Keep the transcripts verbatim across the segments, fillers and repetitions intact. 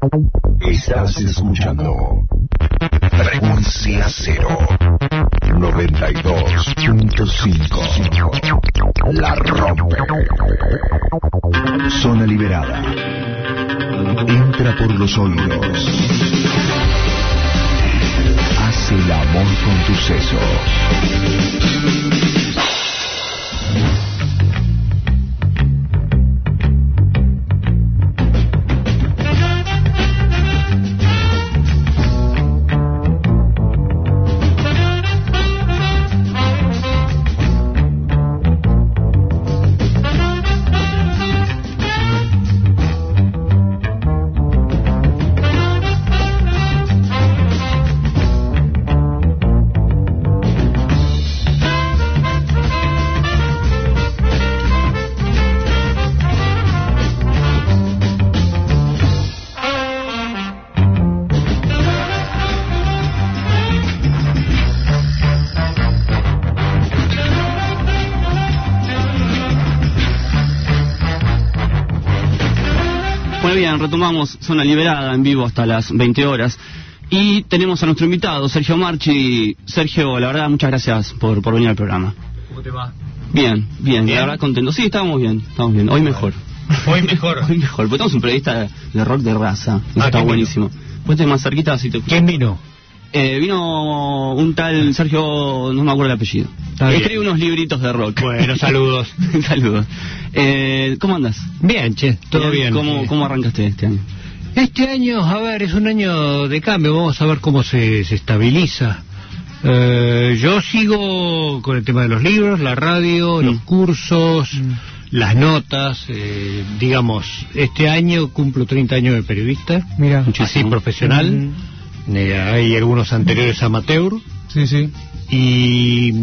Estás escuchando Frecuencia Cero noventa y dos punto cinco. La rompe. Zona liberada. Entra por los oídos. Haz el amor con tus sesos. Retomamos Zona Liberada en vivo hasta las veinte horas y tenemos a nuestro invitado, Sergio Marchi. Sergio, la verdad, muchas gracias por, por venir al programa. ¿Cómo te va? Bien, bien, bien, la verdad contento. Sí, estábamos bien, estamos bien. Hoy mejor. Hoy mejor. Hoy mejor, porque tenemos un periodista de, de rock de raza. Eso ah, está buenísimo. Ponte más cerquita así te escucho. ¿Quién vino? Eh, vino un tal Sergio, no me acuerdo el apellido. Escribe unos libritos de rock. Bueno, saludos. Saludos. Eh, ¿Cómo andas? Bien, che, todo bien. bien. ¿Cómo, ¿Cómo arrancaste este año? Este año, a ver, es un año de cambio. Vamos a ver cómo se, se estabiliza. Eh, yo sigo con el tema de los libros, la radio, mm. los cursos, mm. las notas. Eh, digamos, este año cumplo treinta años de periodista. Mira, así profesional. Mm. Eh, hay algunos anteriores amateur. Sí, sí. Y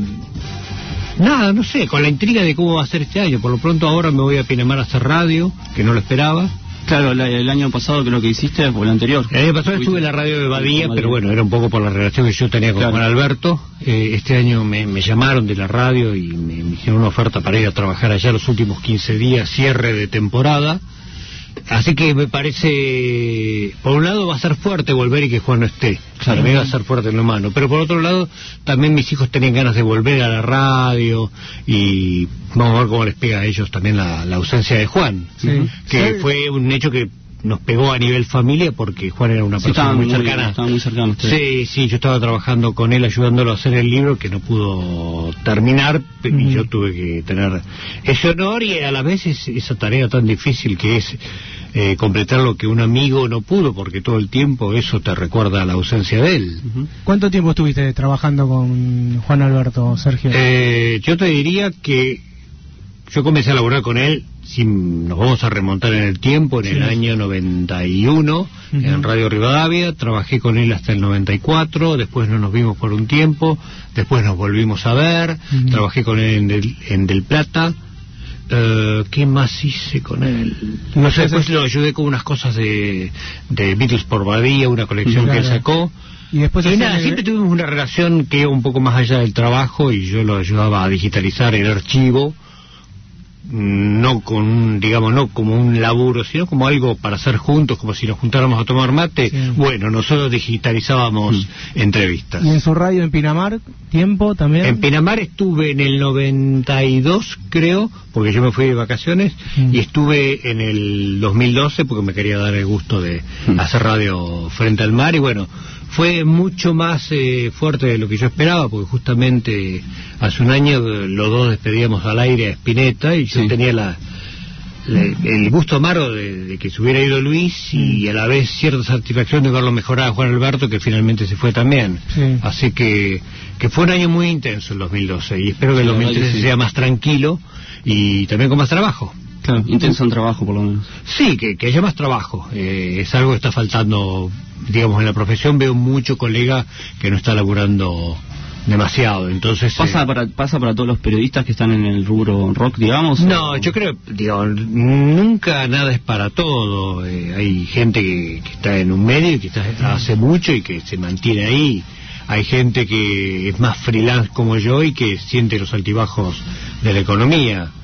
nada, no sé, con la intriga de cómo va a ser este año. Por lo pronto ahora me voy a Pinamar a hacer radio, que no lo esperaba. Claro, la, el año pasado creo que hiciste, o el anterior. El año pasado estuve en la radio de Badía, pero bueno, era un poco por la relación que yo tenía con claro. Juan Alberto. Eh, este año me, me llamaron de la radio y me, me hicieron una oferta para ir a trabajar allá los últimos quince días, cierre de temporada. Así que me parece, por un lado va a ser fuerte volver y que Juan no esté, claro, me va a ser fuerte en lo humano, pero por otro lado también mis hijos tenían ganas de volver a la radio y vamos a ver cómo les pega a ellos también la, la ausencia de Juan, sí. que sí. fue un hecho que nos pegó a nivel familia porque Juan era una sí, persona muy, muy cercana. Estaba muy cercano. Sí, sí, yo estaba trabajando con él ayudándolo a hacer el libro que no pudo terminar y mm. yo tuve que tener ese honor y a la vez es, esa tarea tan difícil que es eh, completar lo que un amigo no pudo porque todo el tiempo eso te recuerda a la ausencia de él. Uh-huh. ¿Cuánto tiempo estuviste trabajando con Juan Alberto, Sergio? Eh, yo te diría que yo comencé a laburar con él, si nos vamos a remontar en el tiempo, en sí. el año noventa y uno, uh-huh. en Radio Rivadavia, trabajé con él hasta el noventa y cuatro, después no nos vimos por un tiempo, después nos volvimos a ver, uh-huh. trabajé con él en Del, en Del Plata, uh, ¿qué más hice con él? No sé, después lo ayudé con unas cosas de, de Beatles por Badía, una colección claro. que él sacó. Y después y nada, siempre tuvimos una relación que iba un poco más allá del trabajo y yo lo ayudaba a digitalizar el archivo, no con, digamos, no como un laburo, sino como algo para hacer juntos, como si nos juntáramos a tomar mate. Sí. Bueno, nosotros digitalizábamos mm. entrevistas. ¿Y en su radio en Pinamar, tiempo también? En Pinamar estuve en el noventa y dos, creo, porque yo me fui de vacaciones, mm. y estuve en el dos mil doce porque me quería dar el gusto de mm. hacer radio frente al mar, y bueno, fue mucho más eh, fuerte de lo que yo esperaba, porque justamente hace un año los dos despedíamos al aire a Spinetta y yo sí. tenía la, la, el gusto amargo de, de que se hubiera ido Luis y a la vez cierta satisfacción de verlo mejorar a Juan Alberto, que finalmente se fue también. Sí. Así que, que fue un año muy intenso el dos mil doce y espero que el dos mil trece sí. sea más tranquilo y también con más trabajo. Claro, intenso en trabajo por lo menos. Sí, que, que haya más trabajo. Eh, es algo que está faltando, digamos, en la profesión. Veo mucho colega que no está laburando demasiado, entonces... ¿Pasa, eh, para, ¿Pasa para todos los periodistas que están en el rubro rock, digamos? No, o... yo creo, digo, nunca nada es para todo. Eh, hay gente que, que está en un medio y que está, hace mucho y que se mantiene ahí. Hay gente que es más freelance como yo y que siente los altibajos de la economía.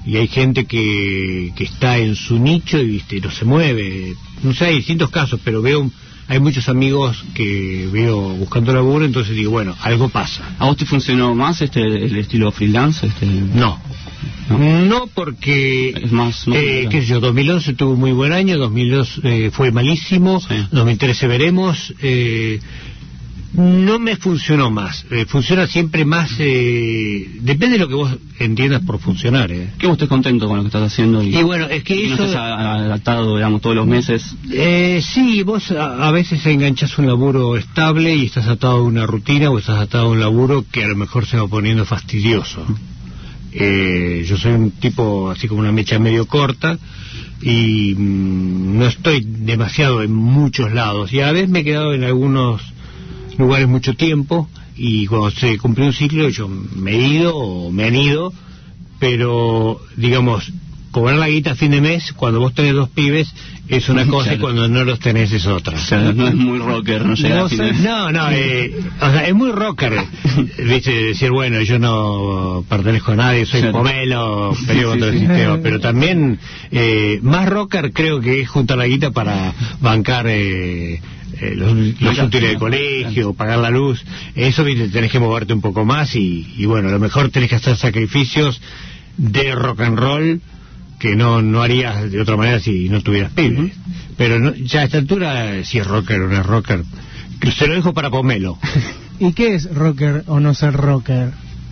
y hay gente que, que está en su nicho y viste no se mueve. No sé, hay distintos casos, pero veo hay muchos amigos que veo buscando laburo, entonces digo, bueno, algo pasa. ¿A vos te funcionó más este el estilo freelance? Este... No. No, no porque, es más, no, eh, qué sé yo, dos mil once tuvo un muy buen año, dos mil dos eh, fue malísimo, sí. dos mil trece veremos, eh, no me funcionó más, eh, funciona siempre más, eh, depende de lo que vos entiendas por funcionar. Eh. Que vos estés contento con lo que estás haciendo y, y bueno, es que y eso... no estés adaptado, digamos, todos los meses. Eh, sí, vos a, a veces enganchás un laburo estable y estás atado a una rutina o estás atado a un laburo que a lo mejor se va poniendo fastidioso. Eh, yo soy un tipo así como una mecha medio corta y mmm, no estoy demasiado en muchos lados y a veces me he quedado en algunos lugares mucho tiempo y cuando se cumplió un ciclo yo me he ido o me han ido, pero digamos cobrar la guita a fin de mes cuando vos tenés dos pibes es una cosa, claro, y cuando no los tenés es otra. O sea, no es muy rocker, no llega no, a fin de mes. No, no, eh, o sea, es muy rocker, viste, decir, bueno, yo no pertenezco a nadie, soy, claro, pomelo, peleo contra el sistema, pero también eh, más rocker creo que es juntar la guita para bancar eh, eh, los, los útiles del colegio, pagar la luz, eso, viste, tenés que moverte un poco más y, y bueno, a lo mejor tenés que hacer sacrificios de rock and roll que no no harías de otra manera si no tuvieras pibes. Uh-huh. Pero no, ya a esta altura, si es rocker o no es rocker, se lo dejo para Pomelo. ¿Y qué es rocker o no ser rocker?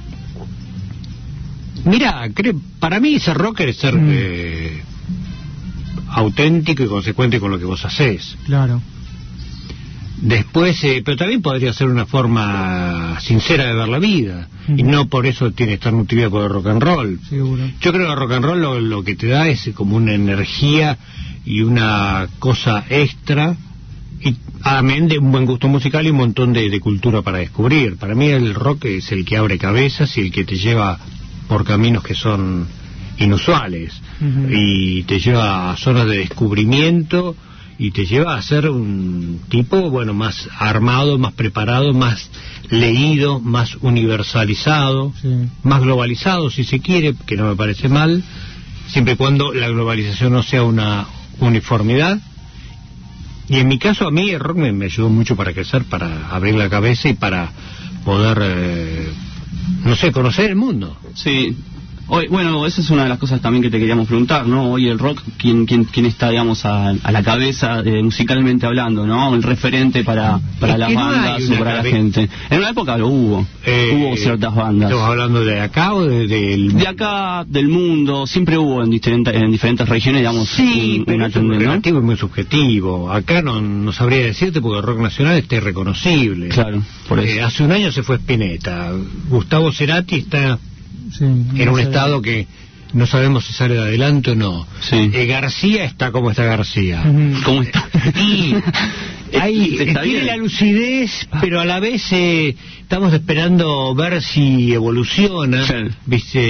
Mira, creo, para mí ser rocker es ser mm. eh, auténtico y consecuente con lo que vos hacés. Claro. Después, eh, pero también podría ser una forma sincera de ver la vida, uh-huh, y no por eso tiene que estar nutrida por el rock and roll. Seguro. Yo creo que el rock and roll lo, lo que te da es como una energía y una cosa extra, y amén de un buen gusto musical y un montón de, de cultura para descubrir. Para mí el rock es el que abre cabezas y el que te lleva por caminos que son inusuales, uh-huh, y te lleva a zonas de descubrimiento y te lleva a ser un tipo, bueno, más armado, más preparado, más leído, más universalizado, sí, más globalizado, si se quiere, que no me parece mal, siempre y cuando la globalización no sea una uniformidad. Y en mi caso, a mí el rock me, me ayudó mucho para crecer, para abrir la cabeza y para poder, eh, no sé, conocer el mundo. Sí. Hoy, bueno, esa es una de las cosas también que te queríamos preguntar, ¿no? Hoy el rock, ¿quién, quién, quién está, digamos, a, a la cabeza eh, musicalmente hablando, ¿no? El referente para, para las bandas o para la gente. En una época lo hubo, eh, hubo ciertas bandas. ¿Estamos hablando de acá o de, del... de acá, del mundo? Siempre hubo en diferentes, en diferentes regiones, digamos, sí, un, pero una tendencia, ¿no? Relativo y muy subjetivo. Acá no, no sabría decirte porque el rock nacional está irreconocible. Claro, por eso. Eh, hace un año se fue Spinetta. Gustavo Cerati está... Sí, en un estado que no sabemos si sale de adelante o no. Sí. Eh, García está como está García. Uh-huh. ¿Cómo está? Y ahí tiene la lucidez, pero a la vez eh, estamos esperando ver si evoluciona, sí, ¿viste?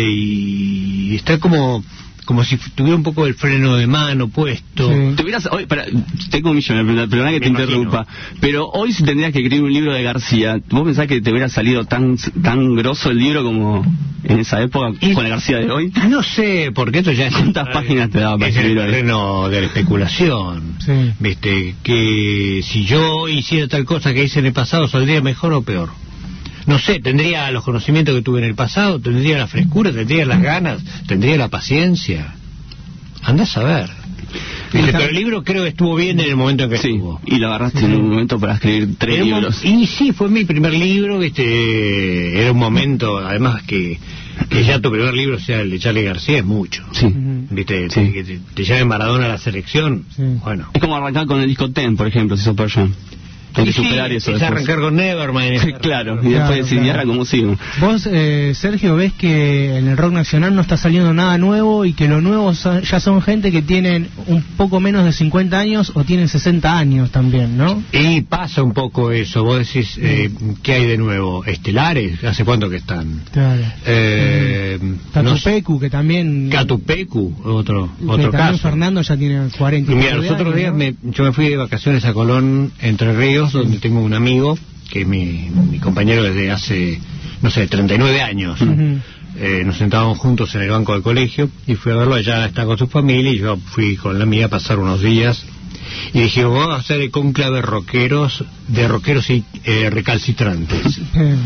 Y está como como si tuviera un poco el freno de mano puesto. Sí. Te hubieras, hoy, para, tengo un millón, perdona que te Me interrumpa, imagino. Pero hoy si tendrías que escribir un libro de García, ¿vos pensás que te hubiera salido tan tan grosso el libro como en esa época y, con el García de hoy? No sé, porque esto ya es... ¿Cuántas el, páginas te daba para es escribir el terreno de la especulación? Sí. Viste, que si yo hiciera tal cosa que hice en el pasado, ¿saldría mejor o peor? No sé, tendría los conocimientos que tuve en el pasado, tendría la frescura, tendría las ganas, tendría la paciencia. Andás a ver. Pero el libro creo que estuvo bien en el momento en que sí, estuvo. Y lo agarraste sí. en un momento para escribir tres era libros. Un, y sí, fue mi primer libro, este, era un momento, además que, que ya tu primer libro sea el de Charly García es mucho. Sí. Viste, sí. que te, te llame Maradona a la selección, sí. Bueno. Es como arrancar con el disco Ten, por ejemplo, si sos Pearl Jam. Hay que sí, superar eso. Es después. arrancar con Nevermind. Sí, claro, y después claro, decir, claro. ¿y ahora cómo sigo? Vos, eh, Sergio, ves que en el rock nacional no está saliendo nada nuevo y que lo nuevo son, ya son gente que tienen un poco menos de cincuenta años o tienen sesenta años también, ¿no? Y pasa un poco eso. Vos decís, eh, ¿qué hay de nuevo? ¿Estelares? ¿Hace cuánto que están? Claro. Eh, Catupecu, no, que también... Catupecu, otro, que otro también caso. Fernando ya tiene cuarenta y Mira, los otros días, ¿no? me, yo me fui de vacaciones a Colón, Entre Ríos, sí. donde tengo una amigo que es mi, mi compañero desde hace, no sé, treinta y nueve años. Uh-huh. eh, nos sentábamos juntos en el banco del colegio y fui a verlo. Allá está con su familia y yo fui con la mía a pasar unos días y dije, vamos a hacer el cónclave rockeros de rockeros y eh, recalcitrantes.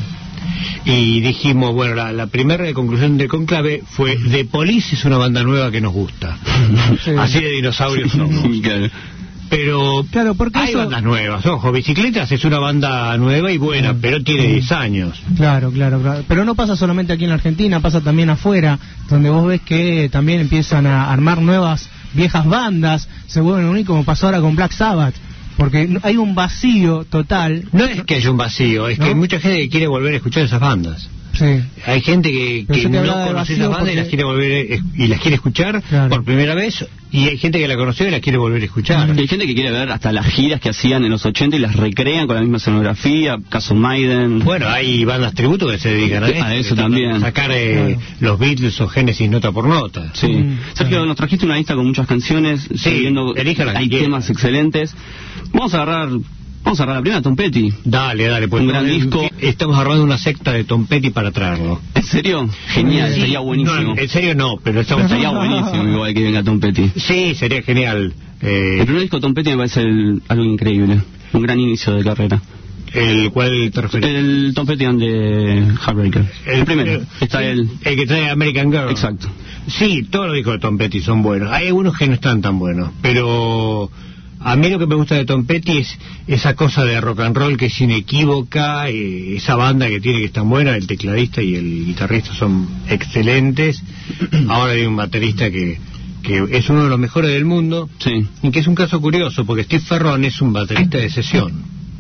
Y dijimos, bueno, la, la primera conclusión del conclave fue: The Police es una banda nueva que nos gusta. Sí. Así de dinosaurios somos. Sí, claro. Pero claro, porque hay eso... bandas nuevas, ojo, Bicicletas es una banda nueva y buena, mm. pero tiene diez años. Claro, claro, claro. Pero no pasa solamente aquí en la Argentina, pasa también afuera, donde vos ves que también empiezan a armar nuevas, viejas bandas, se vuelven a unir, como pasó ahora con Black Sabbath. Porque hay un vacío total. No es que haya un vacío, es ¿no? que hay mucha gente que quiere volver a escuchar esas bandas. Sí. Hay gente que, que no conoce esas bandas porque... y las quiere volver y las quiere escuchar claro. por primera vez, y hay gente que la conoció y la quiere volver a escuchar. Y hay gente que quiere ver hasta las giras que hacían en los ochenta y las recrean con la misma escenografía, caso Maiden. Bueno, hay bandas tributo que se dedican a, a eso también. A sacar eh, claro. los Beatles o Genesis nota por nota. Sí. Mm, Sergio, claro. nos trajiste una lista con muchas canciones, sí, viendo, hay temas excelentes. Vamos a agarrar Vamos a agarrar la primera, Tom Petty. Dale, dale, pues un gran disco. Estamos armando una secta de Tom Petty para traerlo. ¿En serio? Genial, sí, sería buenísimo. No, en serio no, pero estamos... sería buenísimo igual que venga Tom Petty. Sí, sería genial. Eh... El primer disco de Tom Petty me parece el, algo increíble, un gran inicio de carrera. ¿El cuál te refieres? El Tom Petty and the Heartbreaker. El, el primero. El, está el, el... el que trae American Girl. Exacto. Sí, todos los discos de Tom Petty son buenos. Hay algunos que no están tan buenos, pero... A mí lo que me gusta de Tom Petty es esa cosa de rock and roll que es inequívoca, eh, esa banda que tiene que es tan buena, el tecladista y el guitarrista son excelentes. Ahora hay un baterista que, que es uno de los mejores del mundo, sí. y que es un caso curioso, porque Steve Ferron es un baterista de sesión.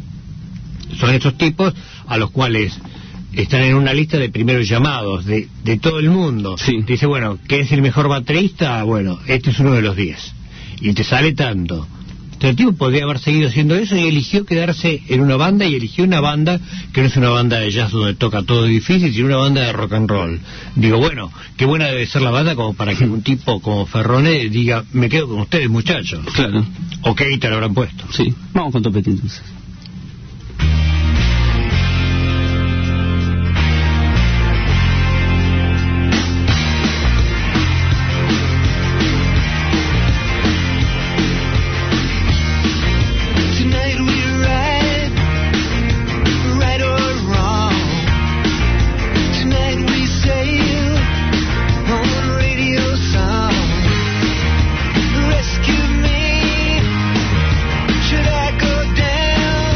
Son esos tipos a los cuales están en una lista de primeros llamados de, de todo el mundo. Sí. Dice, bueno, ¿qué es el mejor baterista? Bueno, este es uno de los diez. Y te sale tanto. El tipo podría haber seguido haciendo eso y eligió quedarse en una banda, y eligió una banda que no es una banda de jazz donde toca todo difícil, sino una banda de rock and roll. Digo, bueno, qué buena debe ser la banda como para que un tipo como Ferrone diga, me quedo con ustedes, muchachos. Claro. Ok, te lo habrán puesto. Sí, vamos con Tom Petty entonces. Should I go down?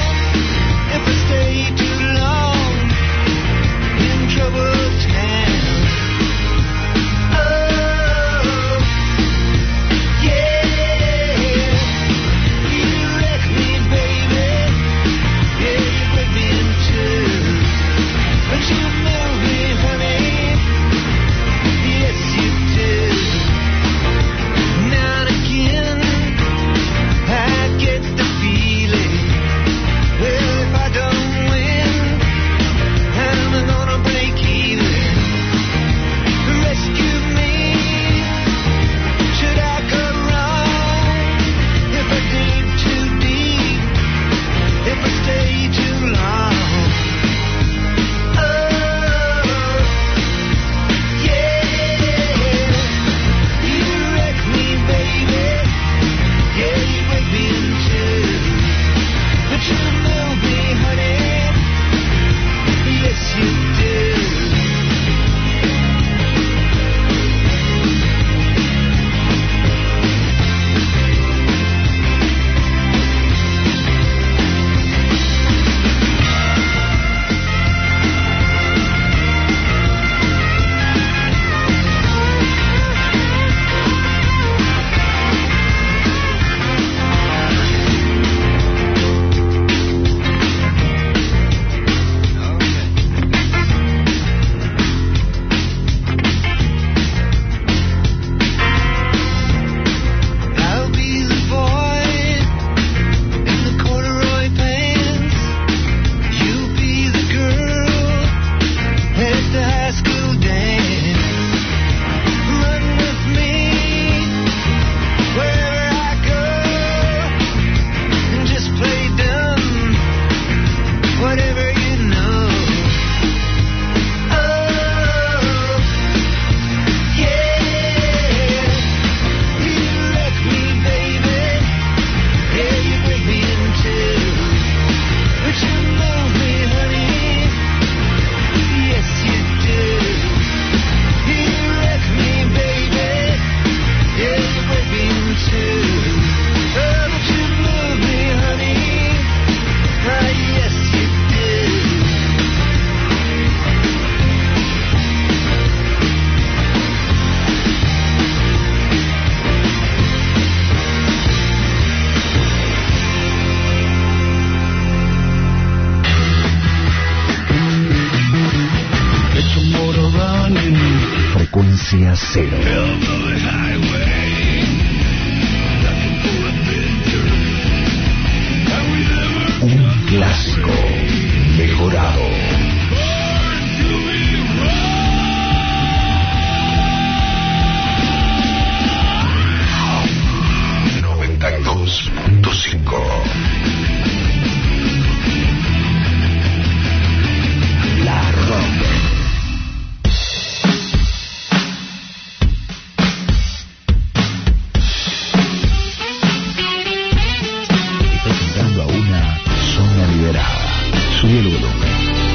frecuencia cero. Un clásico mejorado. noventa y dos punto cinco. La Rock. Estás entrando a una zona liberada. Sube el volumen.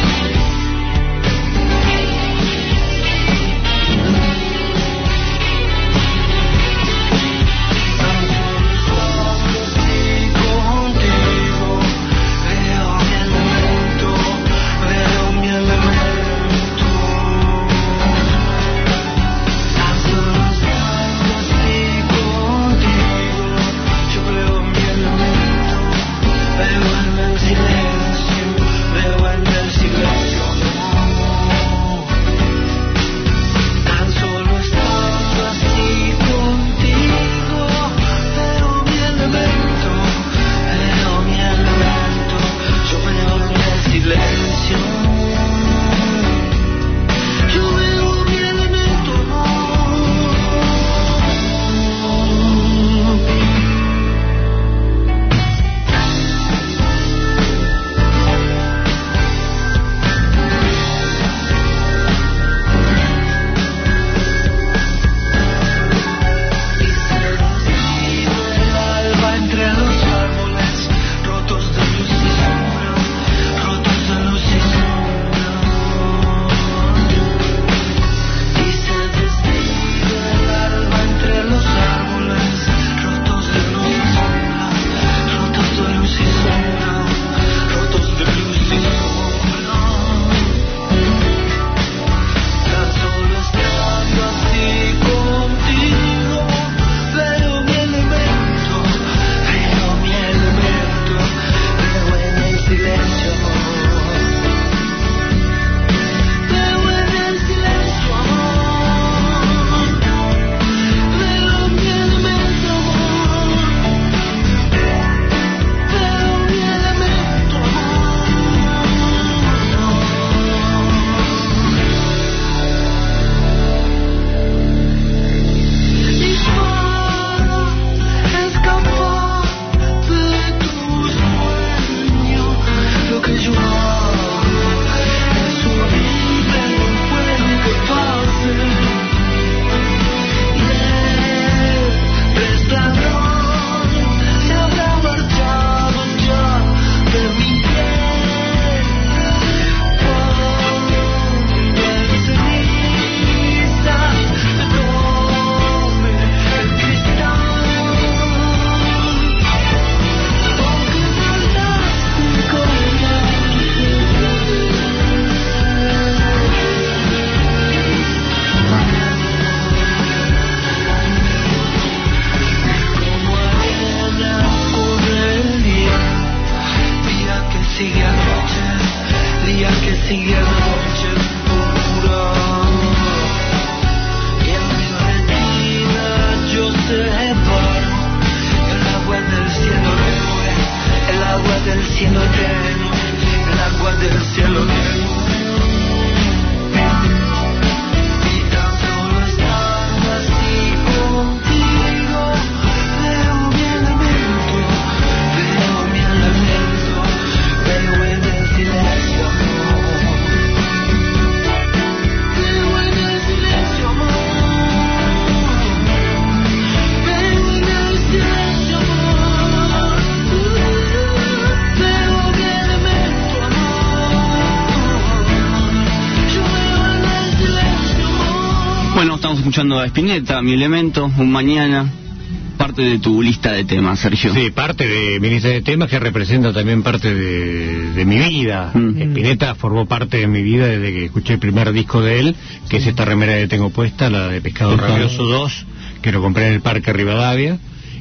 Escuchando a Spinetta, Mi Elemento, Un Mañana, parte de tu lista de temas, Sergio. Sí, parte de mi lista de temas que representa también parte de, de mi vida. Mm. Spinetta formó parte de mi vida desde que escuché el primer disco de él, que es esta remera que tengo puesta, la de Pescado Rabioso dos, que lo compré en el Parque Rivadavia,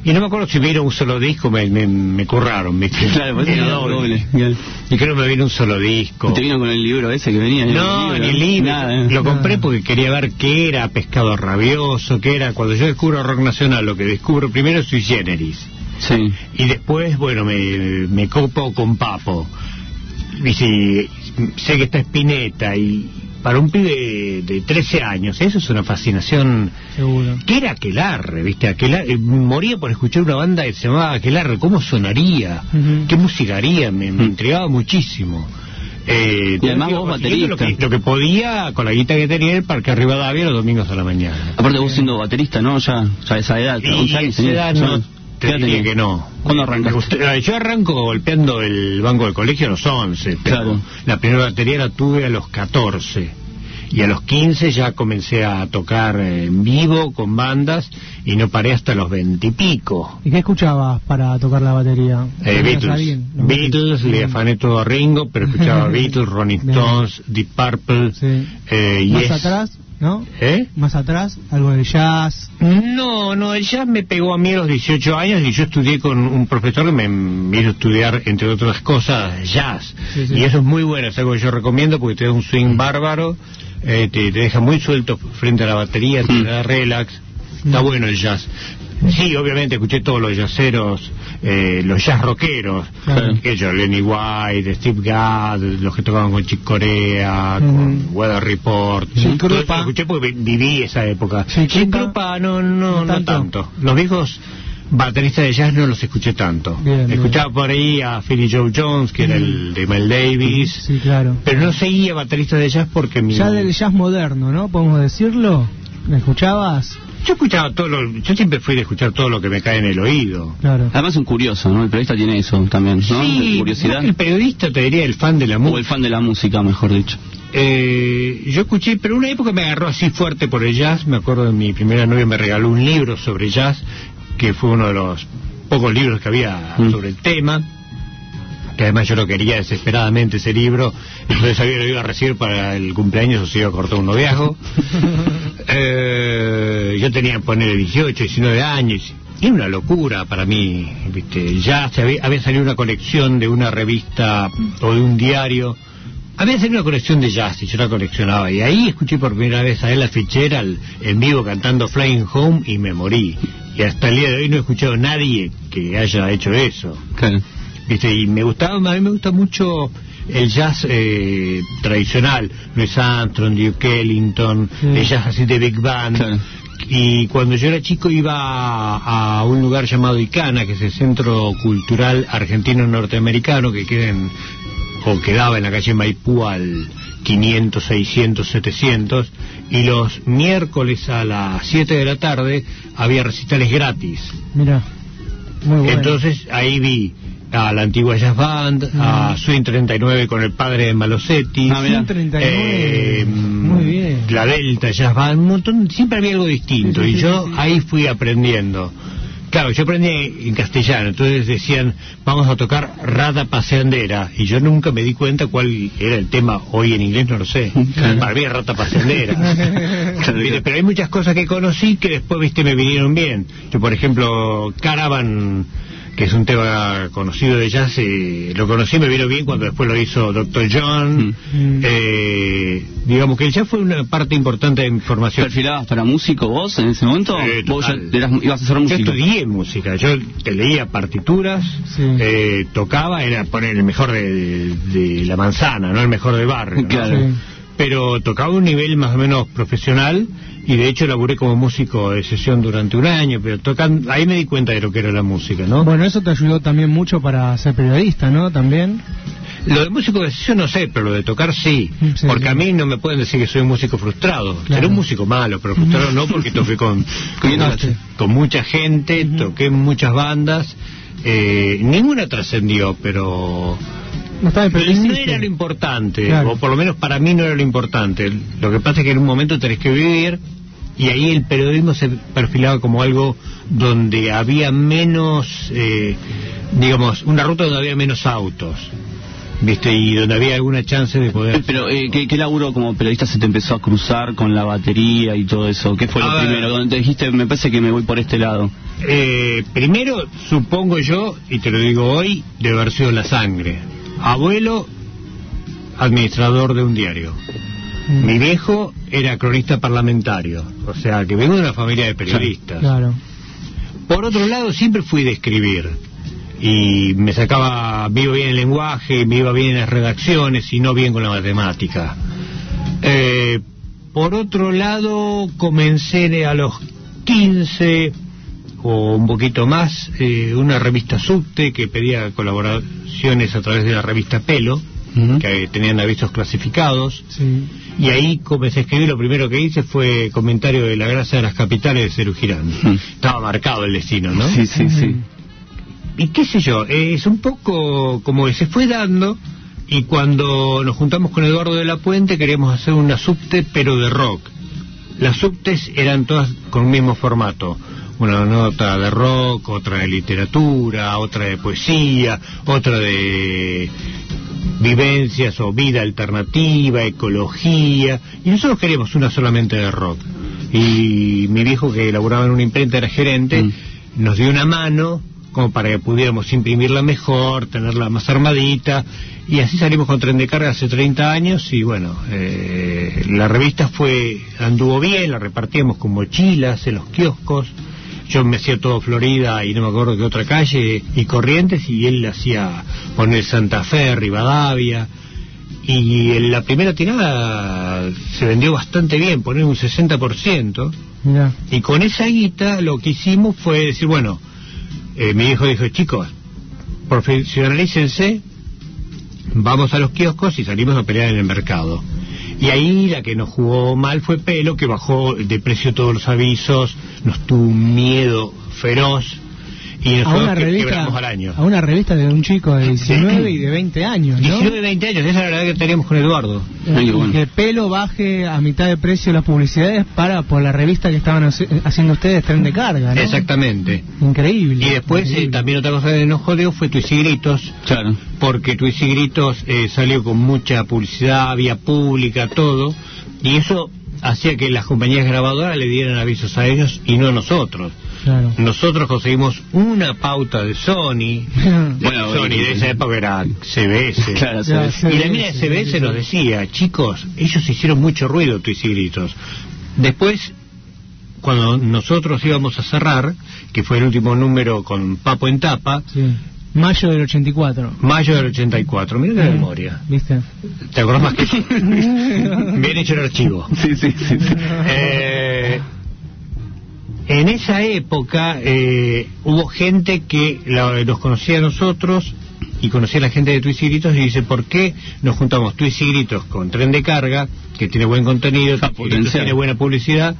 Y no me acuerdo si vino un solo disco, me, me, me curraron, ¿viste? Claro, pues era doble. doble. Y creo que me vino un solo disco. ¿Y te vino con el libro ese que venía? No, el ni el libro. Nada, ¿eh? Lo compré porque quería ver qué era Pescado Rabioso, qué era. Cuando yo descubro rock nacional, lo que descubro primero es Sui Generis. Sí. Y después, bueno, me, me copo con Papo. Y si, sé que está Spinetta y... Para un pibe de, de trece años, eso es una fascinación. Seguro. ¿Qué era Aquelarre? ¿Viste? Aquelarre, moría por escuchar una banda que se llamaba Aquelarre. ¿Cómo sonaría? Uh-huh. ¿Qué música haría? Me, me intrigaba muchísimo. Eh, y además vos baterista. Lo que, lo que podía con la guitarra que tenía en el Parque Rivadavia los domingos a la mañana. Aparte vos siendo baterista, ¿no? Ya, ya a esa edad. Y a esa edad no, te diría que no. ¿Cuándo arrancaste? Yo arranco golpeando el banco del colegio a los once, pero claro. La primera batería la tuve a los catorce. Y a los quince ya comencé a tocar en vivo con bandas y no paré hasta los veinte y pico. ¿Y qué escuchabas para tocar la batería? Eh, Beatles, Beatles, le afané todo a Ringo, pero escuchaba Beatles, Rolling Stones, Deep Purple, sí. eh, ¿Más yes. atrás? ¿No? ¿Eh? ¿Más atrás? ¿Algo de jazz? No, no, el jazz me pegó a mí a los dieciocho años y yo estudié con un profesor que me hizo estudiar, entre otras cosas, jazz. Sí, sí. Y eso es muy bueno, es algo que yo recomiendo porque te da un swing bárbaro, eh, te, te deja muy suelto frente a la batería, te da relax. Está bueno el jazz. Sí, obviamente escuché todos los jazzeros, eh, los jazz rockeros, claro. Ellos, Lenny White, Steve Gadd, los que tocaban con Chick Corea, mm. con Weather Report. Sí, todo eso lo escuché porque viví esa época. Sí, Chick Krupa no, no, no, no tanto. tanto. Los viejos bateristas de jazz no los escuché tanto. Bien, escuchaba bien. Por ahí a Philly Joe Jones, que mm. era el de Miles Davis. Sí, claro. Pero no seguía bateristas de jazz porque mi... Ya del jazz moderno, ¿no? ¿Podemos decirlo? ¿Me escuchabas? Yo escuchaba todo lo, yo siempre fui de escuchar todo lo que me cae en el oído. Claro. Además es un curioso, ¿no? El periodista tiene eso también, ¿no? Sí, curiosidad. El periodista te diría el fan de la música. O el fan de la música, mejor dicho. Eh, yo escuché, pero una época me agarró así fuerte por el jazz. Me acuerdo de mi primera novia me regaló un libro sobre jazz, que fue uno de los pocos libros que había mm. sobre el tema. Que además yo lo quería desesperadamente ese libro, entonces sabía que lo iba a recibir para el cumpleaños o se iba a cortar un noviazgo. eh, yo tenía, poner dieciocho, diecinueve años, y una locura para mí, ¿viste? Ya se había, había salido una colección de una revista o de un diario, había salido una colección de jazz y yo la coleccionaba, y ahí escuché por primera vez a Ella Fitzgerald en vivo cantando Flying Home y me morí, y hasta el día de hoy no he escuchado a nadie que haya hecho eso. Claro. ¿Viste? Y me gustaba, a mí me gusta mucho el jazz eh, tradicional, Louis Armstrong, Duke Ellington, sí. El jazz así de Big Band. Claro. Y cuando yo era chico iba a, a un lugar llamado Icana, que es el Centro Cultural Argentino Norteamericano, que queda en, o quedaba en la calle Maipú al quinientos, seiscientos, setecientos, y los miércoles a las siete de la tarde había recitales gratis. Mira, muy bueno. Entonces ahí vi a la antigua Jazz Band, ah. a Swing treinta y nueve con el padre de Malosetti, ah, Swing treinta y nueve, eh, muy bien, la Delta Jazz Band, un montón, siempre había algo distinto, sí, sí, y yo sí, sí. ahí fui aprendiendo. Claro, yo aprendí en castellano, entonces decían, vamos a tocar Rata Paseandera, y yo nunca me di cuenta cuál era el tema, hoy en inglés no lo sé, claro. Para mí es Rata Paseandera. Claro, pero hay muchas cosas que conocí que después, viste, me vinieron bien. Yo, por ejemplo, Caravan, que es un tema conocido de jazz, eh, lo conocí, me vino bien cuando después lo hizo doctor John. Mm. Eh, digamos que el jazz fue una parte importante de mi formación. ¿Perfilabas para músico vos en ese momento? Eh, ¿Vos ya eras, ibas a hacer música? Yo estudié música, yo te leía partituras, sí. eh, tocaba, era poner el mejor de, de, de la manzana, no el mejor de barrio, ¿no? Claro. Sí. Pero tocaba a un nivel más o menos profesional y de hecho laburé como músico de sesión durante un año, pero tocando, ahí me di cuenta de lo que era la música, ¿no? Bueno, eso te ayudó también mucho para ser periodista, ¿no? También. Lo de músico de sesión no sé, pero lo de tocar sí, sí porque sí. A mí no me pueden decir que soy un músico frustrado. Claro. Seré un músico malo, pero frustrado no, porque toqué con, con, mucha, con mucha gente, uh-huh. Toqué en muchas bandas, eh, ninguna trascendió, pero... No, está pero no era lo importante, claro. O por lo menos para mí no era lo importante. Lo que pasa es que en un momento tenés que vivir, y ahí el periodismo se perfilaba como algo donde había menos, eh, digamos, una ruta donde había menos autos. viste, y donde había alguna chance de poder... Pero, eh, ¿qué, ¿qué laburo como periodista se te empezó a cruzar con la batería y todo eso? ¿Qué fue lo a primero? Donde te dijiste, me parece que me voy por este lado. Eh, primero, supongo yo, y te lo digo hoy, de haber sido la sangre. Abuelo, administrador de un diario. Mm. Mi viejo era cronista parlamentario, o sea, que vengo de una familia de periodistas. Claro. Por otro lado, siempre fui de escribir. Y me sacaba, me iba bien el lenguaje, me iba bien en las redacciones y no bien con la matemática. Eh, por otro lado, comencé a los quince o un poquito más, eh, una revista Subte que pedía colaboraciones a través de la revista Pelo, uh-huh. que tenían avisos clasificados, sí. Y ahí comencé a escribir. Lo primero que hice fue comentario de la grasa de las capitales de Cerú Girán. Uh-huh. Estaba marcado el destino, ¿no? Sí, sí, uh-huh. sí. Y qué sé yo, es un poco como que se fue dando, y cuando nos juntamos con Eduardo de la Puente queríamos hacer una subte pero de rock. Las subtes eran todas con el mismo formato, una nota de rock, otra de literatura, otra de poesía, otra de vivencias o vida alternativa, ecología, y nosotros queríamos una solamente de rock. Y mi viejo, que elaboraba en una imprenta, era gerente, mm. nos dio una mano como para que pudiéramos imprimirla mejor, tenerla más armadita, y así salimos con Tren de Carga hace treinta años, y bueno, eh, la revista fue anduvo bien, la repartíamos con mochilas en los kioscos, yo me hacía todo Florida y no me acuerdo qué otra calle, y Corrientes, y él hacía poner Santa Fe, Rivadavia, y en la primera tirada se vendió bastante bien, poner un sesenta por ciento, yeah. Y con esa guita lo que hicimos fue decir, bueno, Eh, mi hijo dijo, chicos, profesionalícense, vamos a los kioscos y salimos a pelear en el mercado. Y ahí la que nos jugó mal fue Pelo, que bajó de precio todos los avisos, nos tuvo un miedo feroz, y a una revista al año. A una revista de un chico de diecinueve y de veinte años, ¿no? diecinueve y veinte años, esa es la verdad que teníamos con Eduardo. Eh, y bueno. Que Pelo baje a mitad de precio las publicidades para por la revista que estaban haciendo ustedes, Tren de Carga, ¿no? Exactamente. Increíble. Y después increíble. Eh, también otra cosa que nos jodió fue Tuis y Gritos. Claro. Porque Tuis y Gritos eh, salió con mucha publicidad, vía pública, todo, y eso hacía que las compañías grabadoras le dieran avisos a ellos y no a nosotros. Claro. Nosotros conseguimos una pauta de Sony, de bueno, Sony de esa época era C B S, claro, C B S. Y la mina de C B S nos decía, chicos, ellos hicieron mucho ruido, Tuis y Gritos. Después, cuando nosotros íbamos a cerrar, que fue el último número con Papo en tapa, sí. Mayo del ochenta y cuatro. Mayo del ochenta y cuatro, mira la memoria. ¿Viste? ¿Te acordás más que yo? Bien hecho el archivo. Sí, sí, sí. sí. Eh, en esa época eh, hubo gente que la, nos conocía a nosotros y conocía a la gente de Tuis y Gritos, y dice, ¿por qué nos juntamos Tuis y Gritos con Tren de Carga, que tiene buen contenido, que tiene buena publicidad?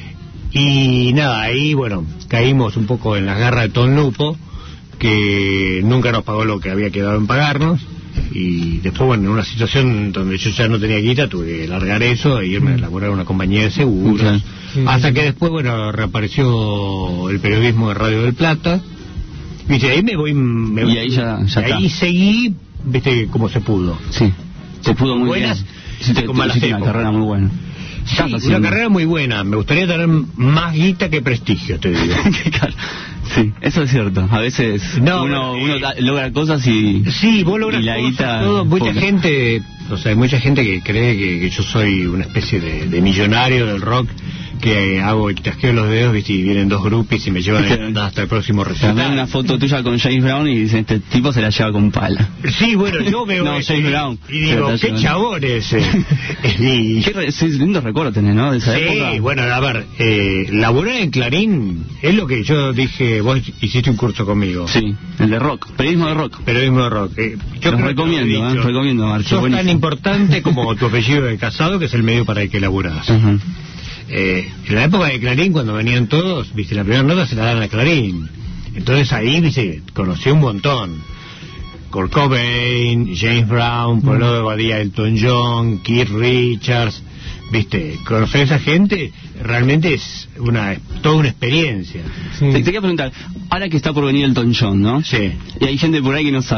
Y nada, ahí, bueno, caímos un poco en las garras de Ton Lupo, que nunca nos pagó lo que había quedado en pagarnos, y después, bueno, en una situación donde yo ya no tenía guita, tuve que largar eso e irme a laburar en una compañía de seguros, sí, hasta que después, bueno, reapareció el periodismo de Radio del Plata, viste, ahí me voy, me voy y ahí ya, ya ahí está. Seguí, viste, como se pudo. Sí, se pudo muy buenas, bien. Hiciste, con malas hiciste una carrera muy buena. Sí, una carrera muy buena. Me gustaría tener más guita que prestigio, te digo. Sí, eso es cierto. A veces no, uno, eh, uno da, logra cosas y sí, vos logras y la cosas, guita todo. Mucha poca. gente, o sea, hay mucha gente que cree que, que yo soy una especie de, de millonario del rock, que hago y tasqueo los dedos, ¿viste? Y vienen dos groupies y me llevan hasta el próximo recital. También una foto tuya con James Brown y dicen, este tipo se la lleva con pala. Sí, bueno, yo veo no, James Brown. Y digo, qué chabón ese. y... Qué re, sí, lindo recuerdo tenés, ¿no? De esa sí, época. Sí, bueno, a ver, eh, laburar en Clarín es lo que yo dije, vos hiciste un curso conmigo. Sí, el de rock, periodismo de rock. Periodismo de rock. Eh, yo Los recomiendo, dicho, ¿eh? Recomiendo, Marcio. Sos buenísimo. Tan importante como tu apellido de casado, que es el medio para el que laburás. Uh-huh. Eh, en la época de Clarín, cuando venían todos, viste, la primera nota se la dan a Clarín. Entonces ahí, viste, conocí un montón. Kurt Cobain, James Brown, Polo de Badía, Elton John, Keith Richards, viste, conocer a esa gente realmente es una toda una experiencia. Sí. Te, te quería preguntar, ahora que está por venir Elton John, ¿no? Sí. Y hay gente por ahí que no sabe,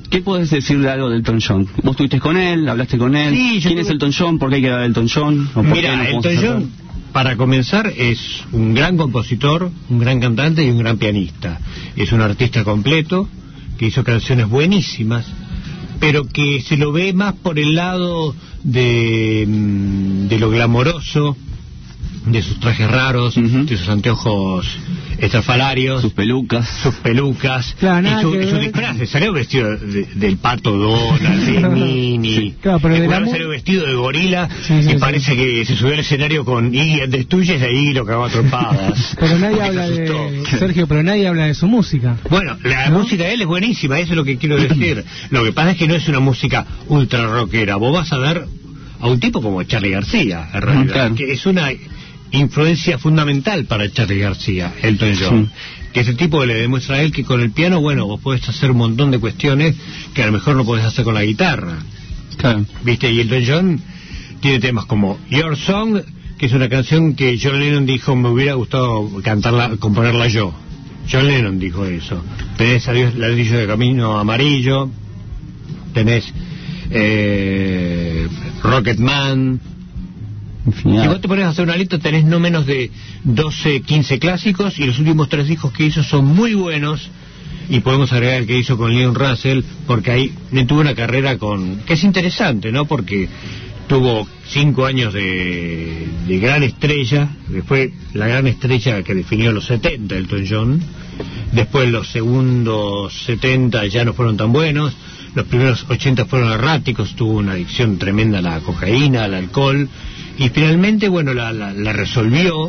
¿Qué podés decirle algo de Elton John? ¿Vos estuviste con él? ¿Hablaste con él? Sí, ¿Quién tuve... es Elton John? ¿Por qué hay que dar a Elton John? ¿O Mira, no Elton John, para comenzar, es un gran compositor, un gran cantante y un gran pianista. Es un artista completo, que hizo canciones buenísimas, pero que se lo ve más por el lado de, de lo glamoroso, de sus trajes raros, uh-huh. de sus anteojos estrafalarios, sus pelucas, sus pelucas, claro, y, su, y sus disfraces. Salió vestido de, del pato Donald, de Minnie, sí. claro, pero de la... salió vestido de gorila, sí, sí, y sí. parece que se subió al escenario con y destruyes de ahí lo cagó a trompadas. Pero nadie habla de Sergio, pero nadie habla de su música. Bueno, la ¿no? música de él es buenísima, eso es lo que quiero decir. Lo que pasa es que no es una música ultra rockera. Vos vas a ver a un tipo como Charly García, en realidad, claro. que es una influencia fundamental para Charly García, Elton John, sí. que es el tipo que le demuestra a él que con el piano, bueno, vos podés hacer un montón de cuestiones que a lo mejor no podés hacer con la guitarra. Claro. ¿Viste? Y Elton John tiene temas como Your Song, que es una canción que John Lennon dijo, me hubiera gustado cantarla, componerla yo. John Lennon dijo eso. Tenés Adiós, Ladrillo de Camino Amarillo, tenés eh, Rocket Man. Infinidad. Si vos te pones a hacer una lista, tenés no menos de doce, quince clásicos, y los últimos tres discos que hizo son muy buenos, y podemos agregar el que hizo con Leon Russell, porque ahí tuvo una carrera con que es interesante, ¿no? Porque tuvo cinco años de, de gran estrella, después la gran estrella que definió los setenta, Elton John, después los segundos setenta ya no fueron tan buenos, los primeros ochenta fueron erráticos, tuvo una adicción tremenda a la cocaína, al alcohol, y finalmente, bueno, la, la, la resolvió,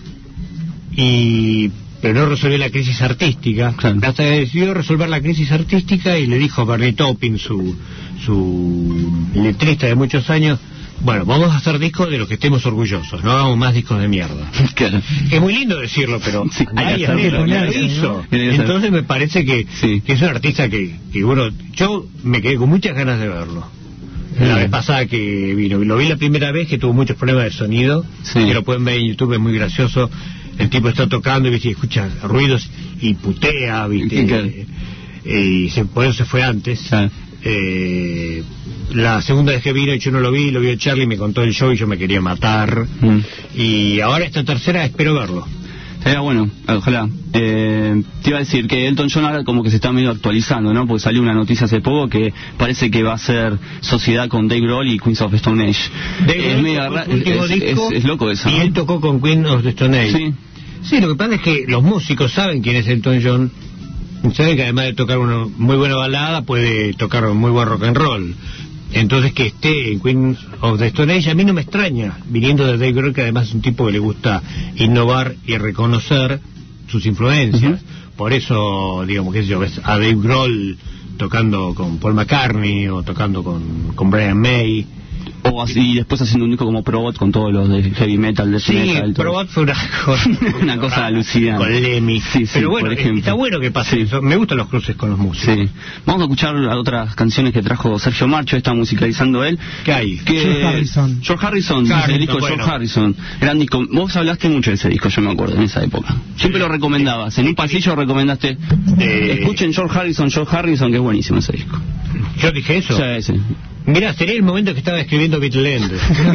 y pero no resolvió la crisis artística, claro. hasta que decidió resolver la crisis artística y le dijo a Bernie Taupin, su, su letrista de muchos años, bueno, vamos a hacer discos de los que estemos orgullosos, no hagamos más discos de mierda. Claro. Es muy lindo decirlo, pero sí, nadie lo, lo hizo. ¿No? Entonces me parece que, sí. que es un artista que, que, bueno, yo me quedé con muchas ganas de verlo. La vez pasada que vino, lo vi la primera vez, que tuvo muchos problemas de sonido, sí. que lo pueden ver en YouTube, es muy gracioso. El tipo está tocando y ¿viste? escucha ruidos y putea, ¿viste? Claro. Y se, por eso se fue antes. Claro. Eh, la segunda vez que vino y yo no lo vi, lo vio Charlie, me contó el show y yo me quería matar. Mm. Y ahora esta tercera espero verlo. Era bueno, ojalá. Eh, te iba a decir que Elton John ahora como que se está medio actualizando, ¿no? Porque salió una noticia hace poco que parece que va a ser sociedad con Dave Grohl y Queens of the Stone Age. Dave es, medio ra- es, es, es, es loco eso, ¿no? Y él tocó con Queens of the Stone Age. Sí. Sí, lo que pasa es que los músicos saben quién es Elton John. Saben que además de tocar una muy buena balada, puede tocar muy buen rock and roll. Entonces que esté en Queens of the Stone Age a mí no me extraña, viniendo de Dave Grohl, que además es un tipo que le gusta innovar y reconocer sus influencias. Uh-huh. Por eso, digamos, que yo ves a Dave Grohl tocando con Paul McCartney o tocando con, con Brian May. O así, y después haciendo un disco como Probot con todos los de heavy metal, de sí, metal. Sí, Probot fue una cosa, una cosa alucinante. Con Lemmy. Sí, sí, pero bueno, está bueno que pase sí. eso. Me gustan los cruces con los músicos. Sí. Vamos a escuchar otras canciones que trajo Sergio Marcho, está musicalizando él. ¿Qué hay? Que George Harrison. George Harrison, Harrison el disco bueno. George Harrison. Gran disco. Vos hablaste mucho de ese disco, yo me acuerdo, en esa época. Siempre lo recomendabas. En un pasillo recomendaste. Eh... Escuchen George Harrison, George Harrison, que es buenísimo ese disco. ¿Yo dije eso? Sí, sí. Mirá, sería el momento que estaba escribiendo Beatleland.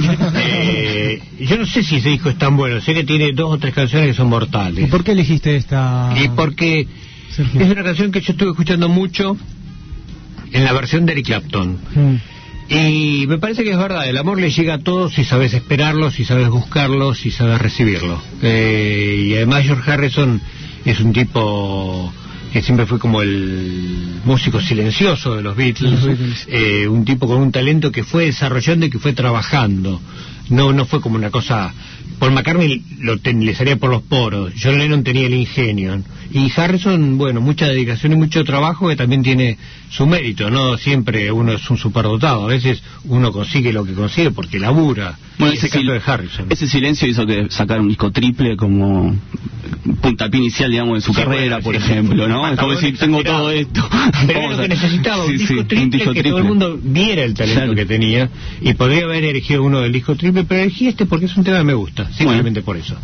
eh, yo no sé si ese disco es tan bueno, sé que tiene dos o tres canciones que son mortales. ¿Y por qué elegiste esta? Y porque Sergio. Es una canción que yo estuve escuchando mucho en la versión de Eric Clapton. Mm. Y me parece que es verdad, el amor le llega a todos si sabes esperarlo, si sabes buscarlo, si sabes recibirlo. Eh, y además George Harrison es un tipo que siempre fue como el músico silencioso de los Beatles, los Beatles. Eh, un tipo con un talento que fue desarrollando y que fue trabajando, no no fue como una cosa. Paul McCartney lo ten, le salía por los poros, John Lennon tenía el ingenio, y Harrison, bueno, mucha dedicación y mucho trabajo que también tiene su mérito, no siempre uno es un superdotado, a veces uno consigue lo que consigue porque labura. Bueno, ese caso de Harrison. Ese silencio hizo que sacara un disco triple como puntapié inicial, digamos, de su sí, carrera, bueno, por sí, ejemplo, ¿no? Es como decir, tengo todo esto. Pero es lo que necesitaba, un, sí, disco, sí, triple, un disco triple, que todo el mundo viera el talento claro. que tenía, y podría haber elegido uno del disco triple, pero elegí este porque es un tema que me gusta, simplemente bueno. por eso.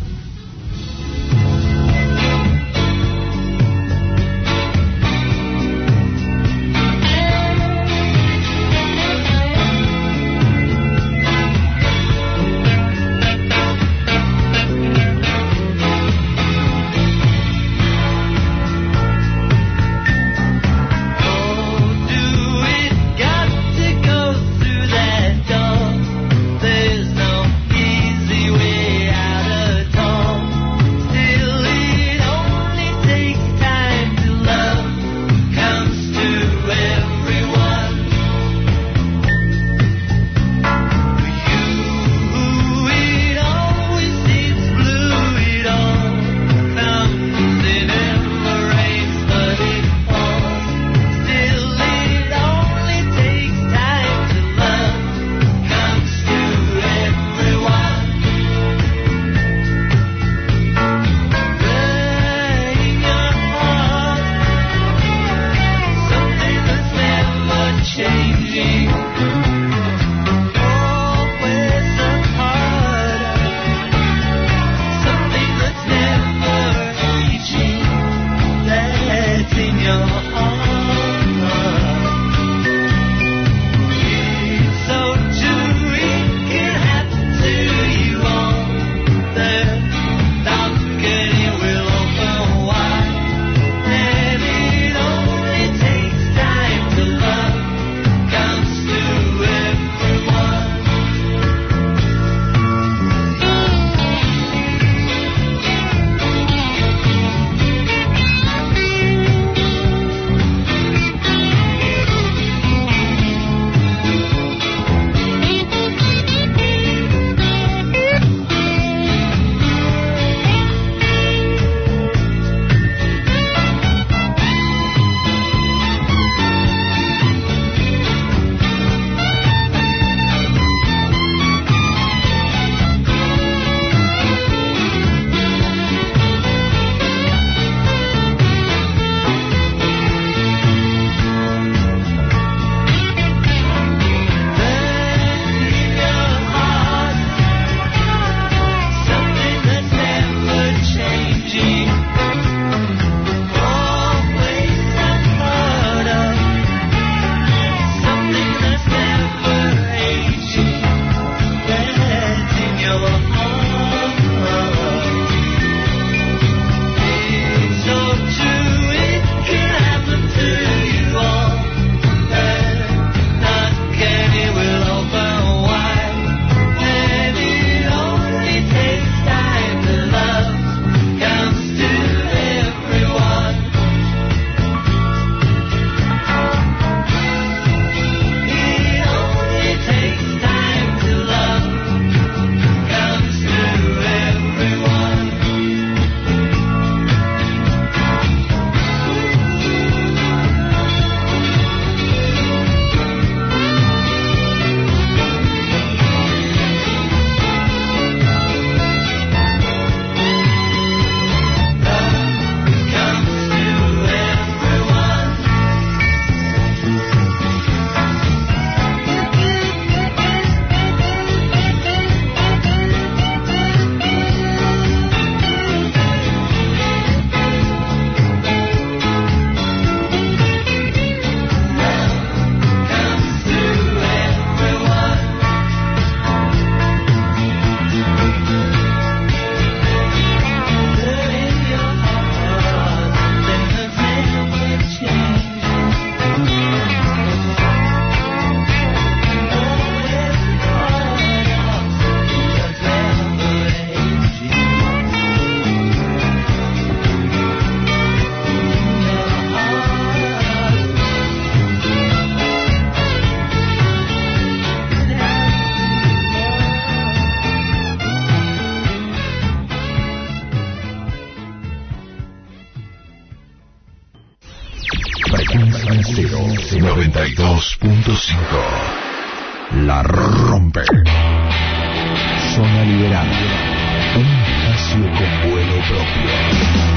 noventa y dos punto cinco. La rompe. Zona liberada. Un espacio con vuelo propio.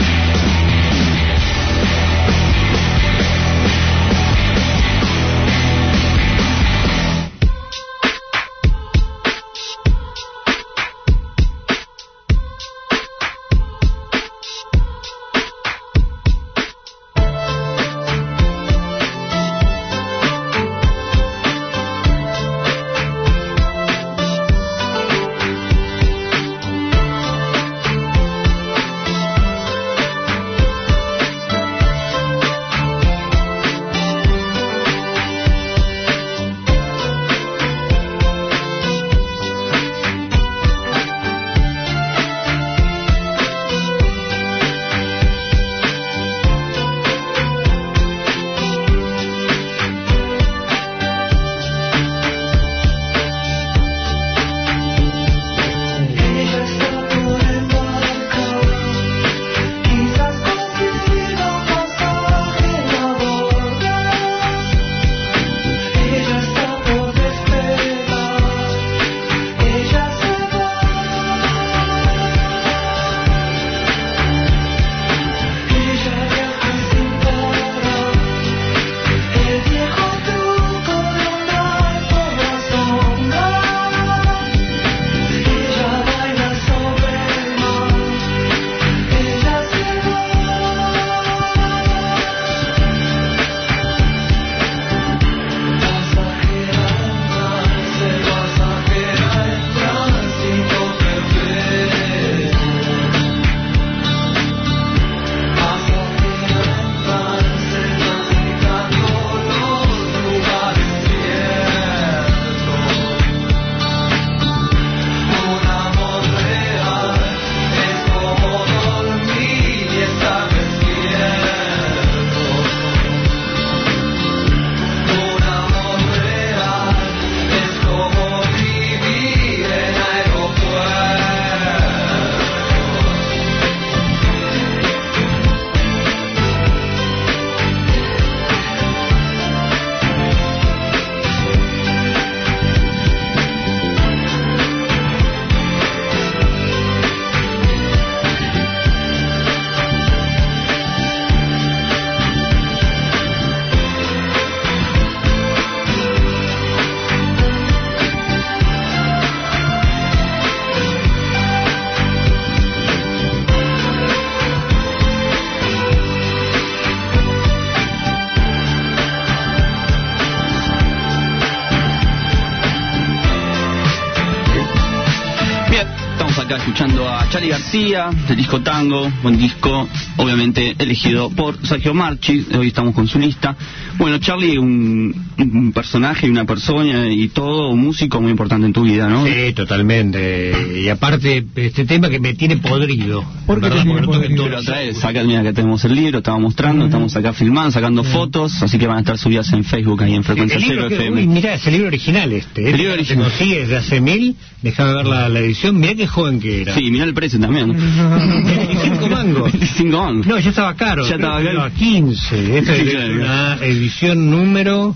Escuchando a Charly García, del disco Tango, buen disco, obviamente elegido por Sergio Marchi. Hoy estamos con su lista. Bueno, Charly, un, un personaje y una persona y todo, un músico muy importante en tu vida, ¿no? Sí, totalmente. Y aparte, este tema que me tiene podrido. ¿Por qué te tiene podrido? Pero otra vez, acá, mira que tenemos el libro, estamos mostrando, uh-huh. estamos acá filmando, sacando uh-huh. fotos, así que van a estar subidas en Facebook, ahí en Frecuencia Cero F M. Uy, mirá, es el libro original este. El libro original. Te conocí desde hace mil, déjame ver la, la edición, mirá qué joven que era. Sí, mirá el precio también. veinticinco mangos. veinticinco mangos. No, ya estaba caro. Ya estaba caro. No, quince. Esta sí, es claro. una edición número...